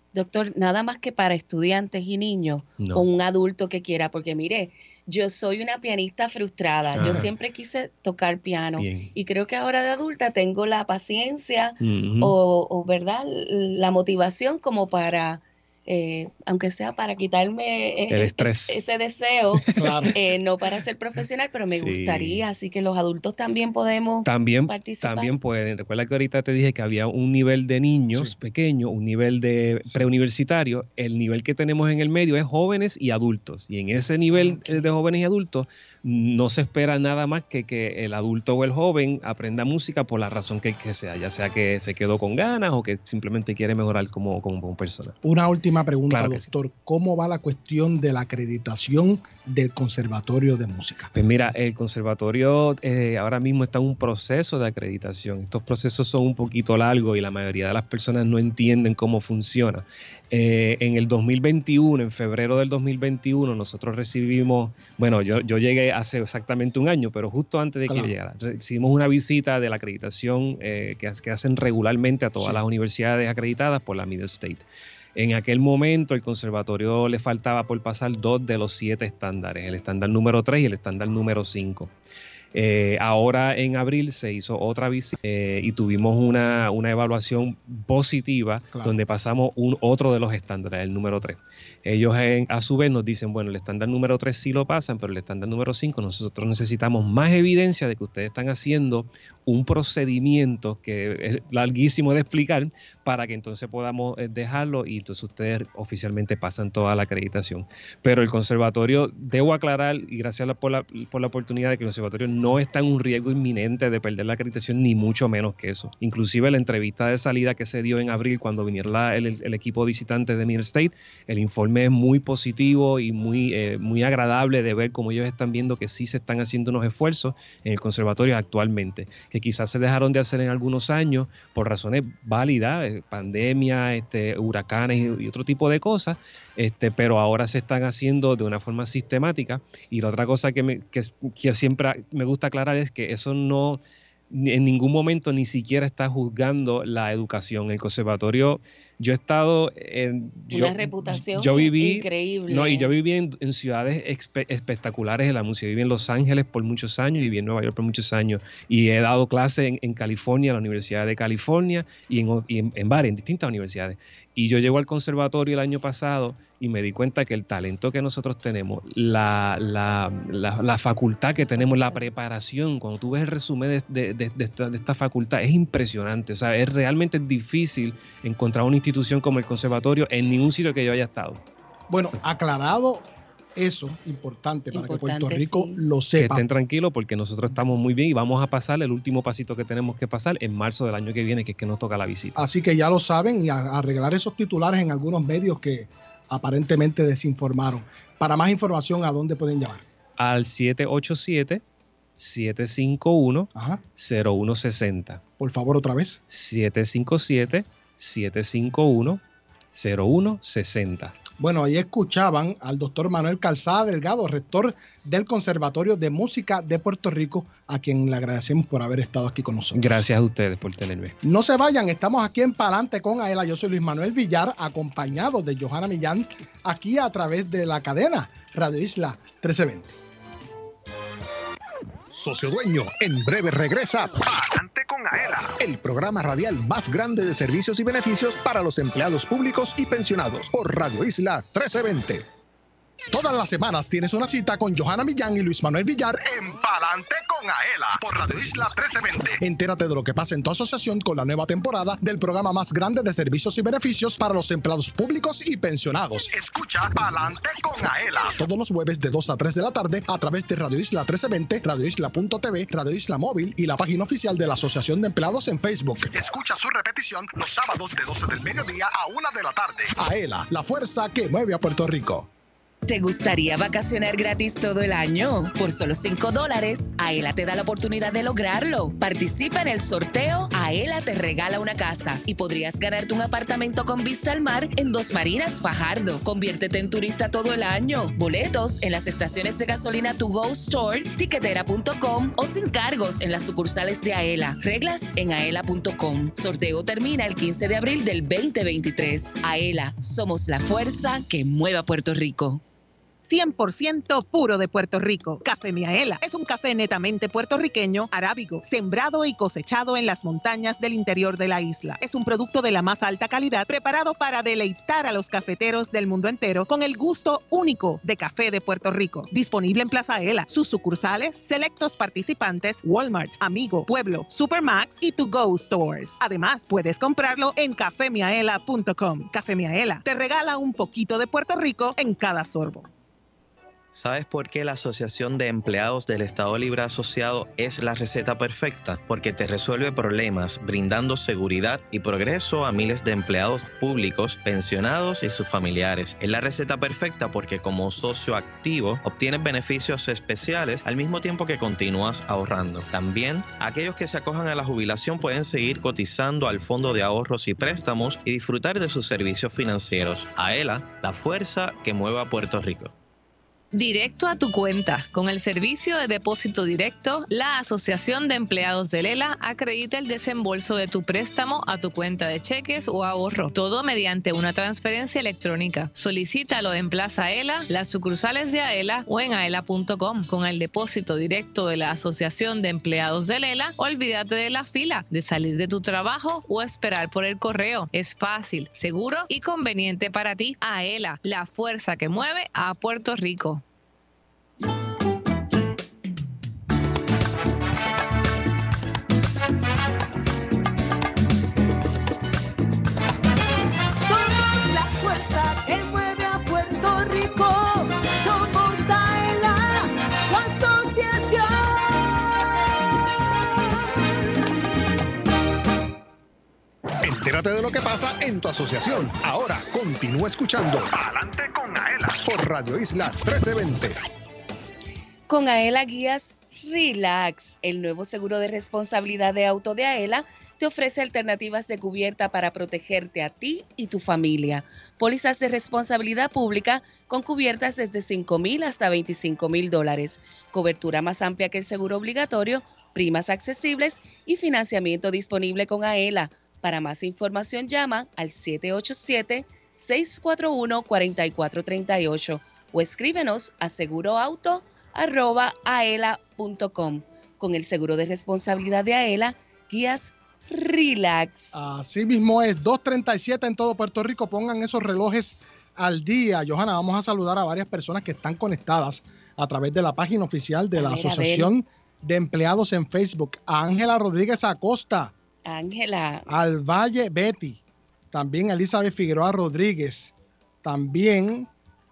Doctor, nada más que para estudiantes y niños No. o un adulto que quiera, porque mire, yo soy una pianista frustrada, Ajá. yo siempre quise tocar piano Bien. y creo que ahora de adulta tengo la paciencia Ujú. o, o, ¿verdad? La motivación como para, eh, aunque sea para quitarme eh, El estrés. ese deseo, Claro. eh, no para ser profesional, pero me Sí. gustaría, así que los adultos también podemos También, participar. también pueden. Recuerda que ahorita te dije que había un nivel de niños Sí. pequeño, un nivel de preuniversitario. El nivel que tenemos en el medio es jóvenes y adultos. Y en ese nivel eh, de jóvenes y adultos no se espera nada más que que el adulto o el joven aprenda música por la razón que, que sea, ya sea que se quedó con ganas o que simplemente quiere mejorar como, como, como persona. Una última pregunta, Claro que sí. doctor. ¿Cómo va la cuestión de la acreditación del Conservatorio de Música? Pues mira, el conservatorio eh, ahora mismo está en un proceso de acreditación. Estos procesos son un poquito largos y la mayoría de las personas no entienden cómo funciona. Eh, en el dos mil veintiuno, en febrero del dos mil veintiuno, nosotros recibimos, bueno, yo, yo llegué hace exactamente un año, pero justo antes de Claro. que llegara, recibimos una visita de la acreditación eh, que, que hacen regularmente a todas Sí. las universidades acreditadas por la Middle State. En aquel momento el conservatorio le faltaba por pasar dos de los siete estándares, el estándar número tres y el estándar número cinco. Eh, ahora en abril se hizo otra visita eh, y tuvimos una, una evaluación positiva, Claro. donde pasamos un, otro de los estándares, el número tres. Ellos en- a su vez nos dicen, bueno, el estándar número tres sí lo pasan, pero el estándar número cinco nosotros necesitamos más evidencia de que ustedes están haciendo un procedimiento que es larguísimo de explicar para que entonces podamos eh, dejarlo y entonces ustedes oficialmente pasan toda la acreditación. Pero el conservatorio, debo aclarar, y gracias a la- por, la, por la oportunidad de que el conservatorio no está en un riesgo inminente de perder la acreditación, ni mucho menos que eso. Inclusive la entrevista de salida que se dio en abril cuando viniera la- el, el equipo visitante de Middle State, el informe es muy positivo y muy, eh, muy agradable de ver cómo ellos están viendo que sí se están haciendo unos esfuerzos en el conservatorio actualmente, que quizás se dejaron de hacer en algunos años por razones válidas, eh, pandemia, este, huracanes y, y otro tipo de cosas, este, pero ahora se están haciendo de una forma sistemática. Y la otra cosa que, me, que, que siempre me gusta aclarar es que eso no, ni- en ningún momento ni siquiera está juzgando la educación. El conservatorio, yo he estado en... Una yo- reputación yo viví, increíble. No, y yo viví en, en ciudades expe- espectaculares de la música. Viví en Los Ángeles por muchos años y viví en Nueva York por muchos años. Y he dado clases en, en California, en la Universidad de California y en, o- y en, en varias, en distintas universidades. Y yo llego al conservatorio el año pasado y me di cuenta que el talento que nosotros tenemos, la, la, la, la facultad que tenemos, la preparación, cuando tú ves el resumen de, de, de, de esta, de esta facultad, es impresionante. O sea, es realmente difícil encontrar una institución como el conservatorio en ningún sitio que yo haya estado. Bueno, aclarado eso, importante para que Puerto Importante, Rico sí. lo Que sepa. estén tranquilos porque nosotros estamos muy bien y vamos a pasar el último pasito que tenemos que pasar en marzo del año que viene, que es que nos toca la visita. Así que ya lo saben y a- arreglar esos titulares en algunos medios que aparentemente desinformaron. Para más información, ¿a dónde pueden llamar? Al siete ocho siete, siete cinco uno, Ajá. cero uno seis cero. Por favor, otra vez. siete cinco siete, siete cinco uno, cero uno seis cero. Bueno, ahí escuchaban al doctor Manuel Calzada Delgado, rector del Conservatorio de Música de Puerto Rico, a quien le agradecemos por haber estado aquí con nosotros. Gracias a ustedes por tenerme. No se vayan, estamos aquí en Palante con Aela. Yo soy Luis Manuel Villar, acompañado de Johanna Millán, aquí a través de la cadena Radio Isla trece veinte. Socio Dueño, en breve regresa Palante con Aela, el programa radial más grande de servicios y beneficios para los empleados públicos y pensionados por Radio Isla trece veinte. Todas las semanas tienes una cita con Johanna Millán y Luis Manuel Villar En Palante con Aela por Radio Isla trece veinte. Entérate de lo que pasa en tu asociación con la nueva temporada del programa más grande de servicios y beneficios para los empleados públicos y pensionados. Escucha Palante con Aela. Todos los jueves de dos a tres de la tarde a través de Radio Isla trece veinte, Radio Isla punto t v, Radio Isla Móvil y la página oficial de la Asociación de Empleados en Facebook. Escucha su repetición los sábados de doce del mediodía a una de la tarde. AELA, la fuerza que mueve a Puerto Rico. ¿Te gustaría vacacionar gratis todo el año? Por solo cinco dólares, Aela te da la oportunidad de lograrlo. Participa en el sorteo Aela te regala una casa y podrías ganarte un apartamento con vista al mar en Dos Marinas, Fajardo. Conviértete en turista todo el año. Boletos en las estaciones de gasolina To Go Store, tiquetera punto com o sin cargos en las sucursales de Aela. Reglas en aela punto com. Sorteo termina el quince de abril del veinte veintitrés. Aela, somos la fuerza que mueve a Puerto Rico. cien por ciento puro de Puerto Rico. Café Miaela es un café netamente puertorriqueño, arábigo, sembrado y cosechado en las montañas del interior de la isla. Es un producto de la más alta calidad, preparado para deleitar a los cafeteros del mundo entero con el gusto único de café de Puerto Rico. Disponible en Plaza Aela, sus sucursales, selectos participantes, Walmart, Amigo, Pueblo, Supermax y To Go Stores. Además, puedes comprarlo en café miaela punto com. Café Miaela te regala un poquito de Puerto Rico en cada sorbo. ¿Sabes por qué la Asociación de Empleados del Estado Libre Asociado es la receta perfecta? Porque te resuelve problemas, brindando seguridad y progreso a miles de empleados públicos, pensionados y sus familiares. Es la receta perfecta porque como socio activo obtienes beneficios especiales al mismo tiempo que continúas ahorrando. También, aquellos que se acojan a la jubilación pueden seguir cotizando al Fondo de Ahorros y Préstamos y disfrutar de sus servicios financieros. Aela, la fuerza que mueve a Puerto Rico. Directo a tu cuenta. Con el servicio de depósito directo, la Asociación de Empleados de Lela acredita el desembolso de tu préstamo a tu cuenta de cheques o ahorro. Todo mediante una transferencia electrónica. Solicítalo en Plaza Aela, las sucursales de Aela o en aela punto com. Con el depósito directo de la Asociación de Empleados de Lela, olvídate de la fila, de salir de tu trabajo o esperar por el correo. Es fácil, seguro y conveniente para ti. Aela, la fuerza que mueve a Puerto Rico. Somos la fuerza que mueve a Puerto Rico. Somos Aela, la asociación. Entérate de lo que pasa en tu asociación. Ahora continúa escuchando Adelante con Aela por Radio Isla trece veinte. Con Aela Guías Relax, el nuevo seguro de responsabilidad de auto de Aela te ofrece alternativas de cubierta para protegerte a ti y tu familia. Pólizas de responsabilidad pública con cubiertas desde cinco mil hasta veinticinco mil dólares. Cobertura más amplia que el seguro obligatorio, primas accesibles y financiamiento disponible con Aela. Para más información llama al siete ocho siete, seis cuatro uno, cuatro cuatro tres ocho o escríbenos a seguroauto arroba aela punto com. Con el seguro de responsabilidad de Aela, Guías Relax. Así mismo es, dos treinta y siete en todo Puerto Rico. Pongan esos relojes al día. Johanna, vamos a saludar a varias personas que están conectadas a través de la página oficial de A la ver, a Asociación de Empleados en Facebook. A Ángela Rodríguez Acosta. Ángela. Al Valle Betty. También a Elizabeth Figueroa Rodríguez. También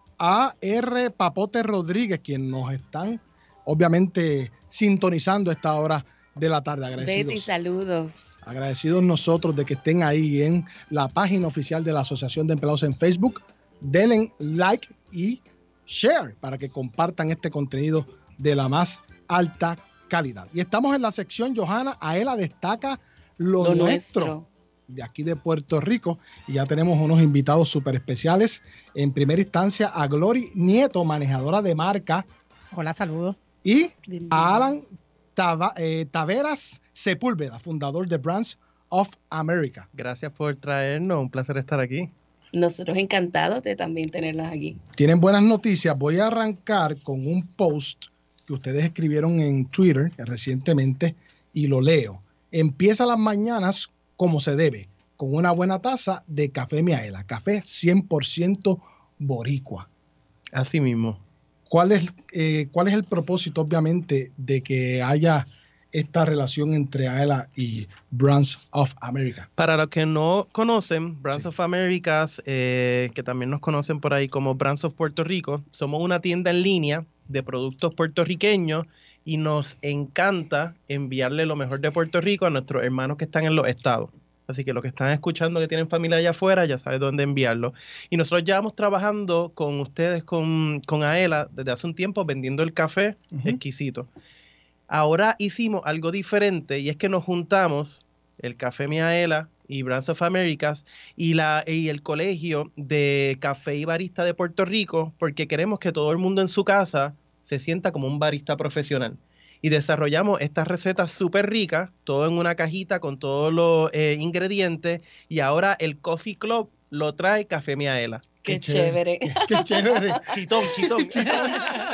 a R. Papote Rodríguez, quien nos están obviamente sintonizando a esta hora de la tarde. Agradecidos. Betty, saludos. Agradecidos nosotros de que estén ahí en la página oficial de la Asociación de Empleados en Facebook. Denle like y share para que compartan este contenido de la más alta calidad. Y estamos en la sección, Johanna, Aela destaca lo, Lo nuestro. nuestro. De aquí de Puerto Rico, y ya tenemos unos invitados súper especiales. En primera instancia a Glory Nieto, manejadora de marca. Hola, saludos. Y a Alan Tava- eh, Taveras Sepúlveda, fundador de Brands of America. Gracias por traernos, un placer estar aquí. Nosotros encantados de también tenerlos aquí. Tienen buenas noticias. Voy a arrancar con un post que ustedes escribieron en Twitter recientemente y lo leo. Empieza las mañanas como se debe, con una buena taza de café Miaela, café cien por ciento boricua. Así mismo. ¿Cuál es, eh, ¿Cuál es el propósito, obviamente, de que haya esta relación entre Aela y Brands of America? Para los que no conocen, Brands sí. of America, eh, que también nos conocen por ahí como Brands of Puerto Rico, somos una tienda en línea de productos puertorriqueños y nos encanta enviarle lo mejor de Puerto Rico a nuestros hermanos que están en los estados. Así que los que están escuchando que tienen familia allá afuera ya saben dónde enviarlo. Y nosotros llevamos trabajando con ustedes, con, con Aela, desde hace un tiempo vendiendo el café uh-huh. exquisito. Ahora hicimos algo diferente y es que nos juntamos el Café Miaela y Brands of Americas y, la, y el Colegio de Café y Barista de Puerto Rico, porque queremos que todo el mundo en su casa se sienta como un barista profesional. Y desarrollamos estas recetas súper ricas, todo en una cajita con todos los eh, ingredientes, y ahora el Coffee Club lo trae Café Miaela. Qué, qué chévere. Qué, qué chévere. Chitón, chitón. chitón.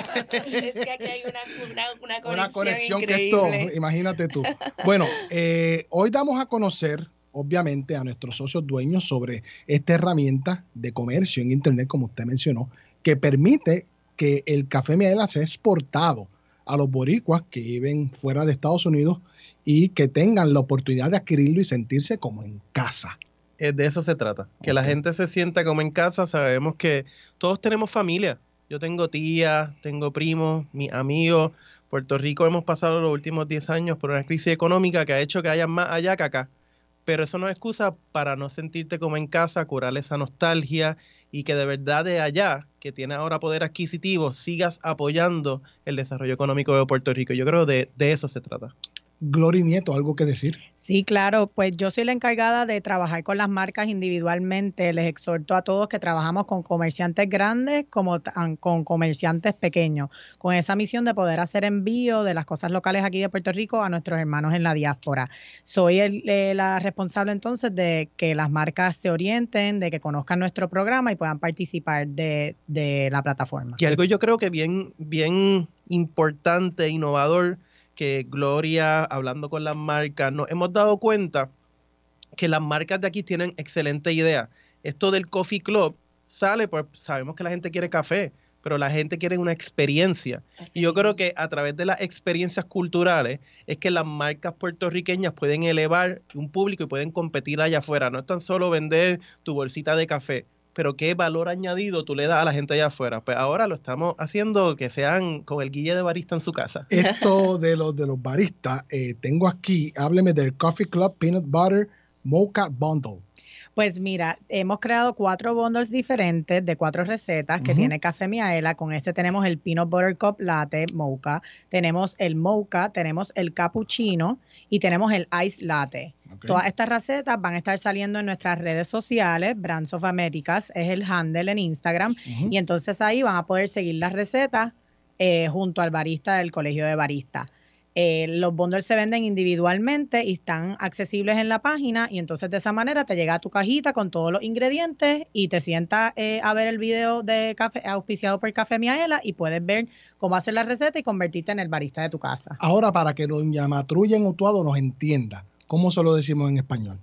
Es que aquí hay una, una, una conexión, una conexión increíble. que esto, imagínate tú. Bueno, eh, hoy damos a conocer, obviamente, a nuestros socios dueños sobre esta herramienta de comercio en Internet, como usted mencionó, que permite que el Café Miaela sea exportado a los boricuas que viven fuera de Estados Unidos y que tengan la oportunidad de adquirirlo y sentirse como en casa. De eso se trata, que okay. La gente se sienta como en casa. Sabemos que todos tenemos familia. Yo tengo tías, tengo primos, mis amigos. Puerto Rico hemos pasado los últimos diez años por una crisis económica que ha hecho que haya más allá que acá. Pero eso no es excusa para no sentirte como en casa, curar esa nostalgia y que de verdad de allá, que tiene ahora poder adquisitivo, sigas apoyando el desarrollo económico de Puerto Rico. Yo creo que de, de eso se trata. Glory Nieto, ¿algo que decir? Sí, claro, pues yo soy la encargada de trabajar con las marcas individualmente. Les exhorto a todos que trabajamos con comerciantes grandes como con comerciantes pequeños, con esa misión de poder hacer envío de las cosas locales aquí de Puerto Rico a nuestros hermanos en la diáspora. Soy el, eh, la responsable entonces de que las marcas se orienten, de que conozcan nuestro programa y puedan participar de, de la plataforma. Y algo yo creo que bien, bien importante, innovador, que Gloria, hablando con las marcas, nos hemos dado cuenta que las marcas de aquí tienen excelente idea. Esto del Coffee Club sale, pues sabemos que la gente quiere café, pero la gente quiere una experiencia. Así y yo es. creo que a través de las experiencias culturales es que las marcas puertorriqueñas pueden elevar un público y pueden competir allá afuera. No es tan solo vender tu bolsita de café, pero qué valor añadido tú le das a la gente allá afuera. Pues ahora lo estamos haciendo que sean con el guille de barista en su casa. Esto de los de los baristas, eh, tengo aquí, hábleme del Coffee Club Peanut Butter Mocha Bundle. Pues mira, hemos creado cuatro bundles diferentes de cuatro recetas que uh-huh. tiene Café Miaela. Con este tenemos el Peanut Butter Cup Latte Mocha, tenemos el Mocha, tenemos el Cappuccino y tenemos el Ice Latte. Okay. Todas estas recetas van a estar saliendo en nuestras redes sociales. Brands of Americas es el handle en Instagram. Uh-huh. Y entonces ahí van a poder seguir las recetas eh, junto al barista del Colegio de Baristas. Eh, los bundles se venden individualmente y están accesibles en la página y entonces de esa manera te llega a tu cajita con todos los ingredientes y te sientas eh, a ver el video de café auspiciado por Café Miaela y puedes ver cómo hacer la receta y convertirte en el barista de tu casa. Ahora, para que doña Matrulla en Utuado nos entienda, ¿cómo se lo decimos en español?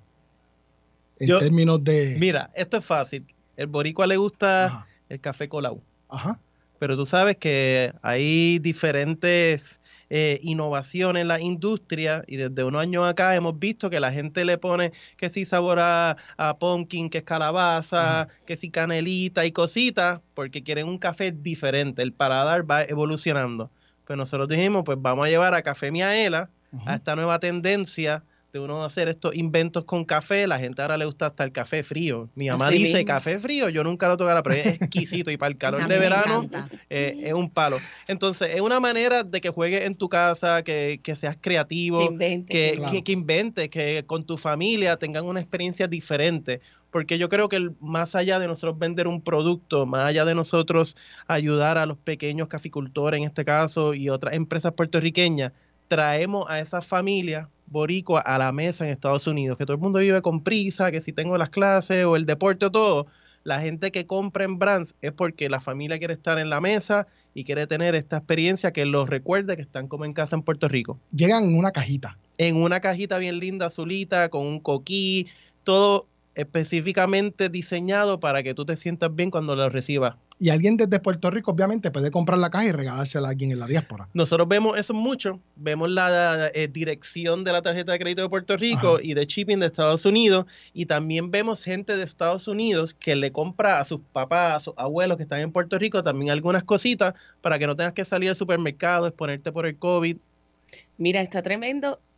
En Yo, términos de... Mira, esto es fácil. El boricua le gusta Ajá. el café colado. Ajá. Pero tú sabes que hay diferentes... Eh, innovación en la industria y desde unos años acá hemos visto que la gente le pone que si sabor a, a pumpkin, que es calabaza, uh-huh. que si canelita y cositas, porque quieren un café diferente, el paladar va evolucionando. Pues nosotros dijimos, pues vamos a llevar a Café Miaela, uh-huh. a esta nueva tendencia de uno hacer estos inventos con café. La gente ahora le gusta hasta el café frío. Mi mamá Así dice mismo. Café frío, yo nunca lo tocara, pero es exquisito y para el calor de verano eh, es un palo. Entonces es una manera de que juegues en tu casa, que, que seas creativo, que inventes, que, claro. que, que inventes, que con tu familia tengan una experiencia diferente. Porque yo creo que el, más allá de nosotros vender un producto, más allá de nosotros ayudar a los pequeños caficultores en este caso y otras empresas puertorriqueñas, traemos a esas familias boricua a la mesa en Estados Unidos, que todo el mundo vive con prisa, que si tengo las clases o el deporte o todo, la gente que compra en Brands es porque la familia quiere estar en la mesa y quiere tener esta experiencia que los recuerde que están como en casa en Puerto Rico. Llegan en una cajita. En una cajita bien linda, azulita, con un coquí, todo específicamente diseñado para que tú te sientas bien cuando lo recibas. Y alguien desde Puerto Rico obviamente puede comprar la caja y regalársela a alguien en la diáspora. Nosotros vemos eso mucho, vemos la eh, dirección de la tarjeta de crédito de Puerto Rico Ajá. y de shipping de Estados Unidos, y también vemos gente de Estados Unidos que le compra a sus papás, a sus abuelos que están en Puerto Rico también algunas cositas para que no tengas que salir al supermercado, exponerte por el COVID. Mira, está tremendo.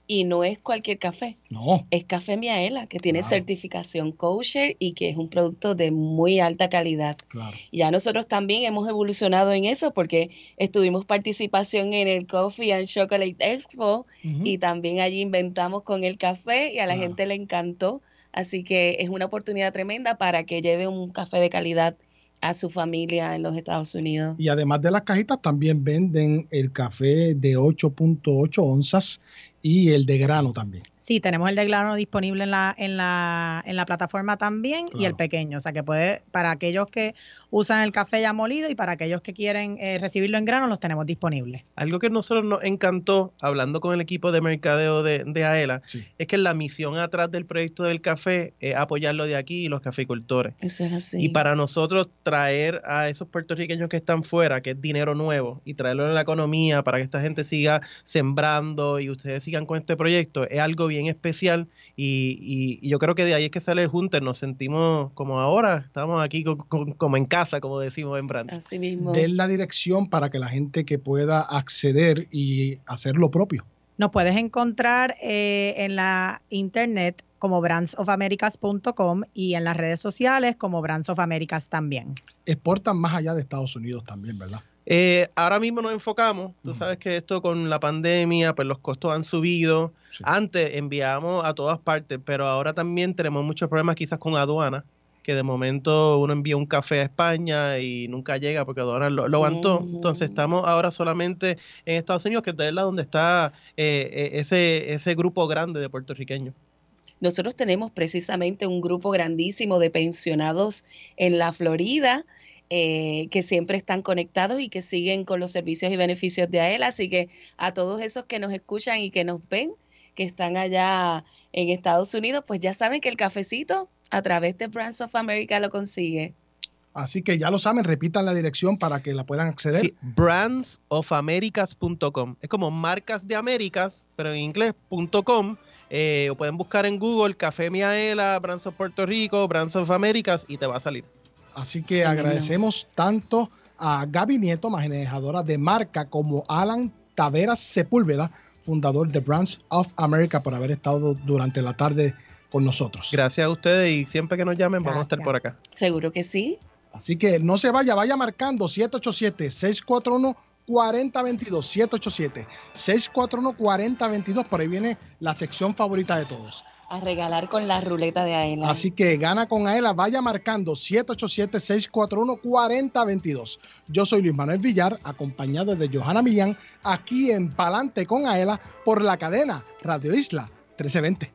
Y no es cualquier café. No. Es Café Miaela, que tiene Wow. certificación kosher y que es un producto de muy alta calidad. Claro. Ya nosotros también hemos evolucionado en eso porque estuvimos participación en el Coffee and Chocolate Expo Ujú. y también allí inventamos con el café y a la Claro. gente le encantó. Así que es una oportunidad tremenda para que lleve un café de calidad a su familia en los Estados Unidos. Y además de las cajitas, también venden el café de ocho punto ocho onzas y el de grano también. Sí, tenemos el de grano disponible en la, en la, en la plataforma también y el Claro. pequeño. O sea que puede, para aquellos que usan el café ya molido y para aquellos que quieren eh, recibirlo en grano, los tenemos disponibles. Algo que a nosotros nos encantó, hablando con el equipo de mercadeo de, de AELA, Sí. es que la misión atrás del proyecto del café es apoyarlo de aquí y los caficultores. Eso es así. Y para nosotros traer a esos puertorriqueños que están fuera, que es dinero nuevo, y traerlo en la economía para que esta gente siga sembrando y ustedes sigan con este proyecto, es algo bien especial y, y- y yo creo que de ahí es que sale el Junter. Nos sentimos como ahora, estamos aquí co- co- como en casa, como decimos en Brands. Así mismo. Den la dirección para que la gente que pueda acceder y hacer lo propio. Nos puedes encontrar eh, en la internet como brands of americas punto com y en las redes sociales como Brands of Americas también. Exportan más allá de Estados Unidos también, ¿verdad? Eh, ahora mismo nos enfocamos, tú sabes que esto con la pandemia, pues los costos han subido. Sí. Antes enviábamos a todas partes, pero ahora también tenemos muchos problemas quizás con aduana, que de momento uno envía un café a España y nunca llega porque aduana lo, lo aguantó. Mm. Entonces estamos ahora solamente en Estados Unidos, que es de la donde está eh, eh, ese, ese grupo grande de puertorriqueños. Nosotros tenemos precisamente un grupo grandísimo de pensionados en la Florida eh, que siempre están conectados y que siguen con los servicios y beneficios de AELA. Así que a todos esos que nos escuchan y que nos ven, que están allá en Estados Unidos, pues ya saben que el cafecito a través de Brands of America lo consigue. Así que ya lo saben, repitan la dirección para que la puedan acceder. Sí, brands of americas punto com. Es como marcas de Américas, pero en inglés punto .com. Eh, o pueden buscar en Google Café Miaela, Brands of Puerto Rico, Brands of Américas y te va a salir. Así que agradecemos tanto a Gaby Nieto, manejadora de marca, como Alan Taveras Sepúlveda, fundador de Brands of America, por haber estado durante la tarde con nosotros. Gracias a ustedes y siempre que nos llamen vamos a estar Gracias. por acá. Seguro que sí. Así que no se vaya, vaya marcando siete ocho siete, seis cuatro uno, cuatro cero dos dos, siete ocho siete, seis cuatro uno, cuatro cero dos dos, por ahí viene la sección favorita de todos. A regalar con la ruleta de AELA. Así que gana con AELA, vaya marcando siete ocho siete, seis cuatro uno, cuatro cero dos dos. Yo soy Luis Manuel Villar, acompañado de Johanna Millán, aquí en Palante con AELA por la cadena Radio Isla trece veinte.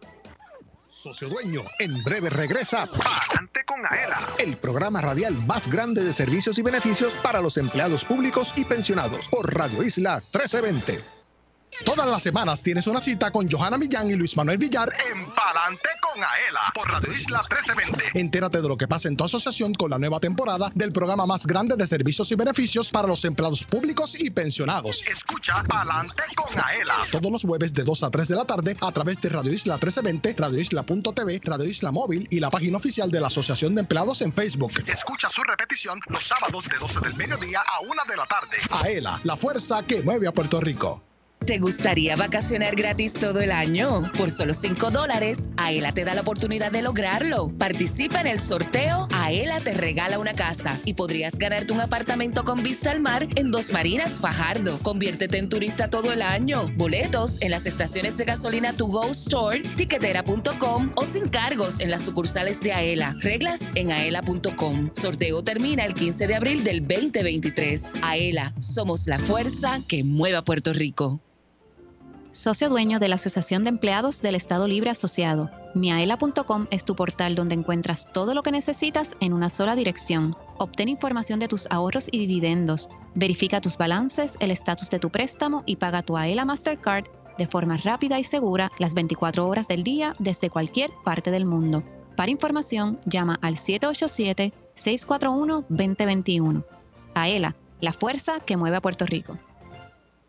Socio Dueño, en breve regresa Palante con AELA, el programa radial más grande de servicios y beneficios para los empleados públicos y pensionados por Radio Isla trece veinte. Todas las semanas tienes una cita con Johanna Millán y Luis Manuel Villar en Palante con AELA por Radio Isla trece veinte. Entérate de lo que pasa en tu asociación con la nueva temporada del programa más grande de servicios y beneficios para los empleados públicos y pensionados. Escucha Palante con AELA todos los jueves de dos a tres de la tarde a través de Radio Isla trece veinte, Radio Isla punto t v, Radio Isla Móvil y la página oficial de la Asociación de Empleados en Facebook. Escucha su repetición los sábados de doce del mediodía a una de la tarde. AELA, la fuerza que mueve a Puerto Rico. ¿Te gustaría vacacionar gratis todo el año? Por solo cinco dólares, AELA te da la oportunidad de lograrlo. Participa en el sorteo AELA te regala una casa y podrías ganarte un apartamento con vista al mar en Dos Marinas, Fajardo. Conviértete en turista todo el año. Boletos en las estaciones de gasolina To Go Store, tiquetera punto com o sin cargos en las sucursales de AELA. Reglas en aela punto com. Sorteo termina el quince de abril del veinte veintitrés. AELA, somos la fuerza que mueve a Puerto Rico. Socio dueño de la Asociación de Empleados del Estado Libre Asociado. Miaela punto com es tu portal donde encuentras todo lo que necesitas en una sola dirección. Obtén información de tus ahorros y dividendos. Verifica tus balances, el estatus de tu préstamo y paga tu AELA Mastercard de forma rápida y segura las veinticuatro horas del día desde cualquier parte del mundo. Para información, llama al siete ocho siete, seis cuatro uno, dos cero dos uno. AELA, la fuerza que mueve a Puerto Rico.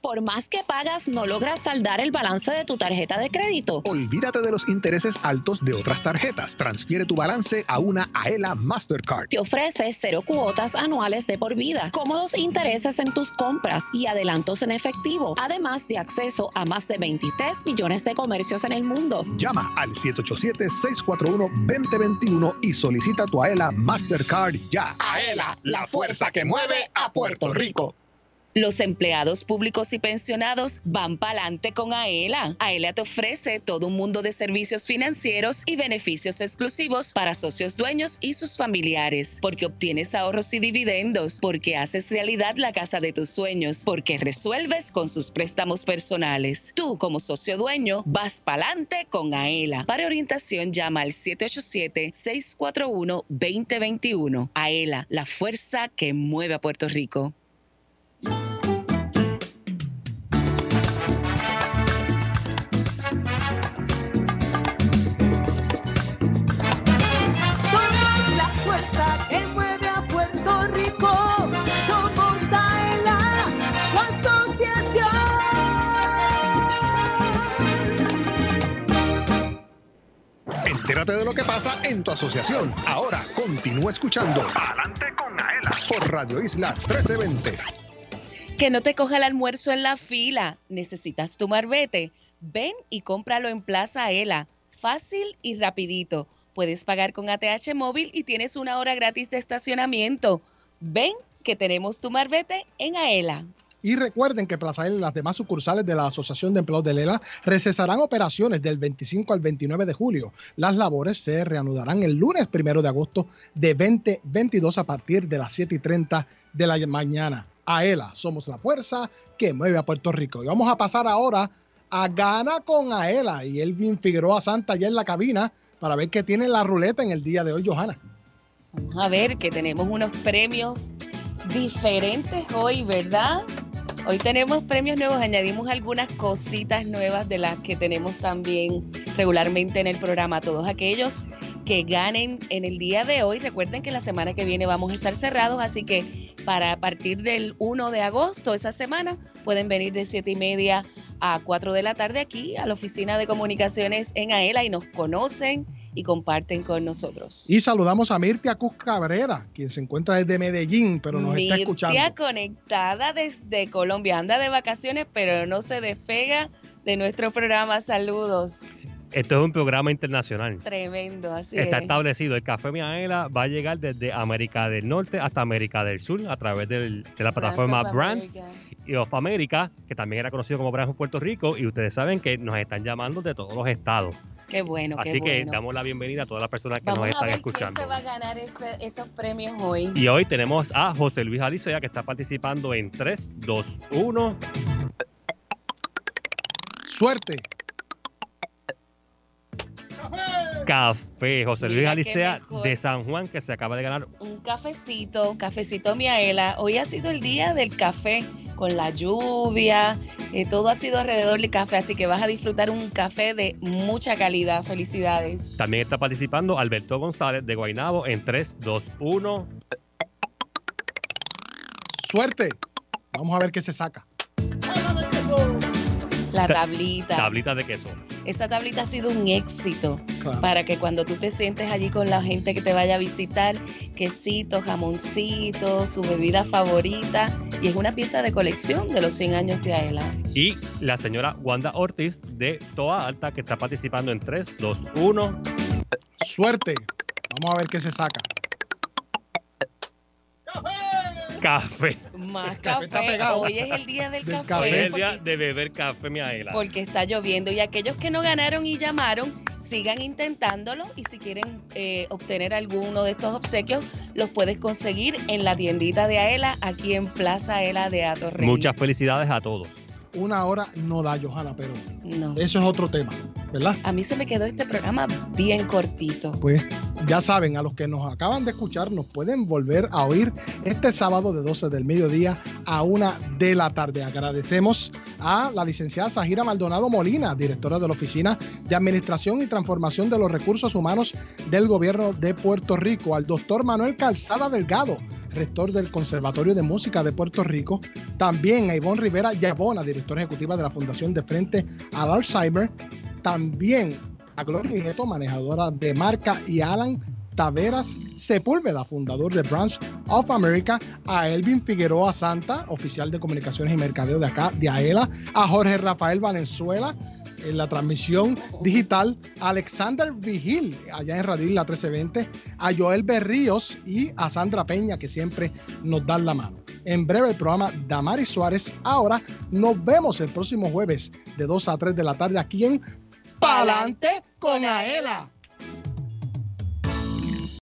Por más que pagas, no logras saldar el balance de tu tarjeta de crédito. Olvídate de los intereses altos de otras tarjetas. Transfiere tu balance a una Aela Mastercard. Te ofrece cero cuotas anuales de por vida, cómodos intereses en tus compras y adelantos en efectivo, además de acceso a más de veintitrés millones de comercios en el mundo. Llama al siete ocho siete, seis cuatro uno, dos cero dos uno y solicita tu Aela Mastercard ya. Aela, la fuerza que mueve a Puerto Rico. Los empleados públicos y pensionados van pa'lante con Aela. Aela te ofrece todo un mundo de servicios financieros y beneficios exclusivos para socios dueños y sus familiares, porque obtienes ahorros y dividendos, porque haces realidad la casa de tus sueños, porque resuelves con sus préstamos personales. Tú, como socio dueño, vas pa'lante con Aela. Para orientación, llama al siete ocho siete, seis cuatro uno, dos cero dos uno. Aela, la fuerza que mueve a Puerto Rico. Entérate de lo que pasa en tu asociación. Ahora continúa escuchando Adelante con Aela por Radio Isla trece veinte. Que no te coja el almuerzo en la fila. ¿Necesitas tu marbete? Ven y cómpralo en Plaza Aela. Fácil y rapidito. Puedes pagar con A T H móvil y tienes una hora gratis de estacionamiento. Ven que tenemos tu marbete en Aela. Y recuerden que Plaza Aela y las demás sucursales de la Asociación de Empleados de Lela recesarán operaciones del veinticinco al veintinueve de julio. Las labores se reanudarán el lunes primero de agosto de veinte veintidós a partir de las siete y treinta de la mañana. Aela, somos la fuerza que mueve a Puerto Rico. Y vamos a pasar ahora a Gana con Aela y Elvin Figueroa Santa allá en la cabina para ver qué tiene la ruleta en el día de hoy, Johanna. Vamos a ver que tenemos unos premios diferentes hoy, ¿verdad? Hoy tenemos premios nuevos, añadimos algunas cositas nuevas de las que tenemos también regularmente en el programa. Todos aquellos que ganen en el día de hoy, recuerden que la semana que viene vamos a estar cerrados, así que para partir del primero de agosto, esa semana, pueden venir de siete y media a cuatro de la tarde aquí a la Oficina de Comunicaciones en Aela y nos conocen y comparten con nosotros. Y saludamos a Mirtia Cus Cabrera, quien se encuentra desde Medellín, pero nos Mirtia está escuchando. Mirtia conectada desde Colombia, anda de vacaciones, pero no se despega de nuestro programa. Saludos. Esto es un programa internacional. Tremendo, así Está es. establecido. El Café Miaela va a llegar desde América del Norte hasta América del Sur a través del, de la plataforma Brands of America, que también era conocido como Brands of Puerto Rico, y ustedes saben que nos están llamando de todos los estados. Qué bueno, Así qué que bueno. damos la bienvenida a todas las personas que Vamos nos están a ver escuchando. quién se va a ganar ese- esos premios hoy. Y hoy tenemos a José Luis Alicea, que está participando en tres, dos, uno. Suerte. Café. José Luis Mira qué Alicea mejor. de San Juan, que se acaba de ganar. Un cafecito, cafecito Miaela. Hoy ha sido el día del café, con la lluvia, eh, todo ha sido alrededor del café, así que vas a disfrutar un café de mucha calidad. Felicidades. También está participando Alberto González de Guaynabo en tres, dos, uno. Suerte. Vamos a ver qué se saca. La tablita. Tablita de queso. Esa tablita ha sido un éxito Claro. para que cuando tú te sientes allí con la gente que te vaya a visitar, quesito, jamoncito, su bebida favorita, y es una pieza de colección de los cien años de Aela. Y la señora Wanda Ortiz de Toa Alta, que está participando en tres, dos, uno. Suerte. Vamos a ver qué se saca. Café. Más café está café. pegado. Hoy es el día del, Del café. café. Hoy es el porque- día de beber café, Miaela. porque está lloviendo, y aquellos que no ganaron y llamaron, sigan intentándolo, y si quieren eh, obtener alguno de estos obsequios, los puedes conseguir en la tiendita de Aela, aquí en Plaza Aela de Atorrey. Muchas felicidades a todos. Una hora no da, Johanna, pero No. eso es otro tema, ¿verdad? A mí se me quedó este programa bien cortito. Pues ya saben, a los que nos acaban de escuchar, nos pueden volver a oír este sábado de doce del mediodía a una de la tarde. Agradecemos a la licenciada Zahira Maldonado Molina, directora de la Oficina de Administración y Transformación de los Recursos Humanos del Gobierno de Puerto Rico, al doctor Manuel Calzada Delgado, rector del Conservatorio de Música de Puerto Rico. También a Ivonne Rivera Yabona, directora ejecutiva de la Fundación de Frente al Alzheimer. También a Gloria Nieto, manejadora de marca, y Alan Taveras Sepúlveda, fundador de Brands of America, a Elvin Figueroa Santa, oficial de comunicaciones y mercadeo de acá, de AELA, a Jorge Rafael Valenzuela en la transmisión digital, a Alexander Vigil allá en Radio Isla trece veinte, a Joel Berríos y a Sandra Peña, que siempre nos dan la mano. En breve el programa Damaris Suárez. Ahora nos vemos el próximo jueves de dos a tres de la tarde aquí en Palante con AELA.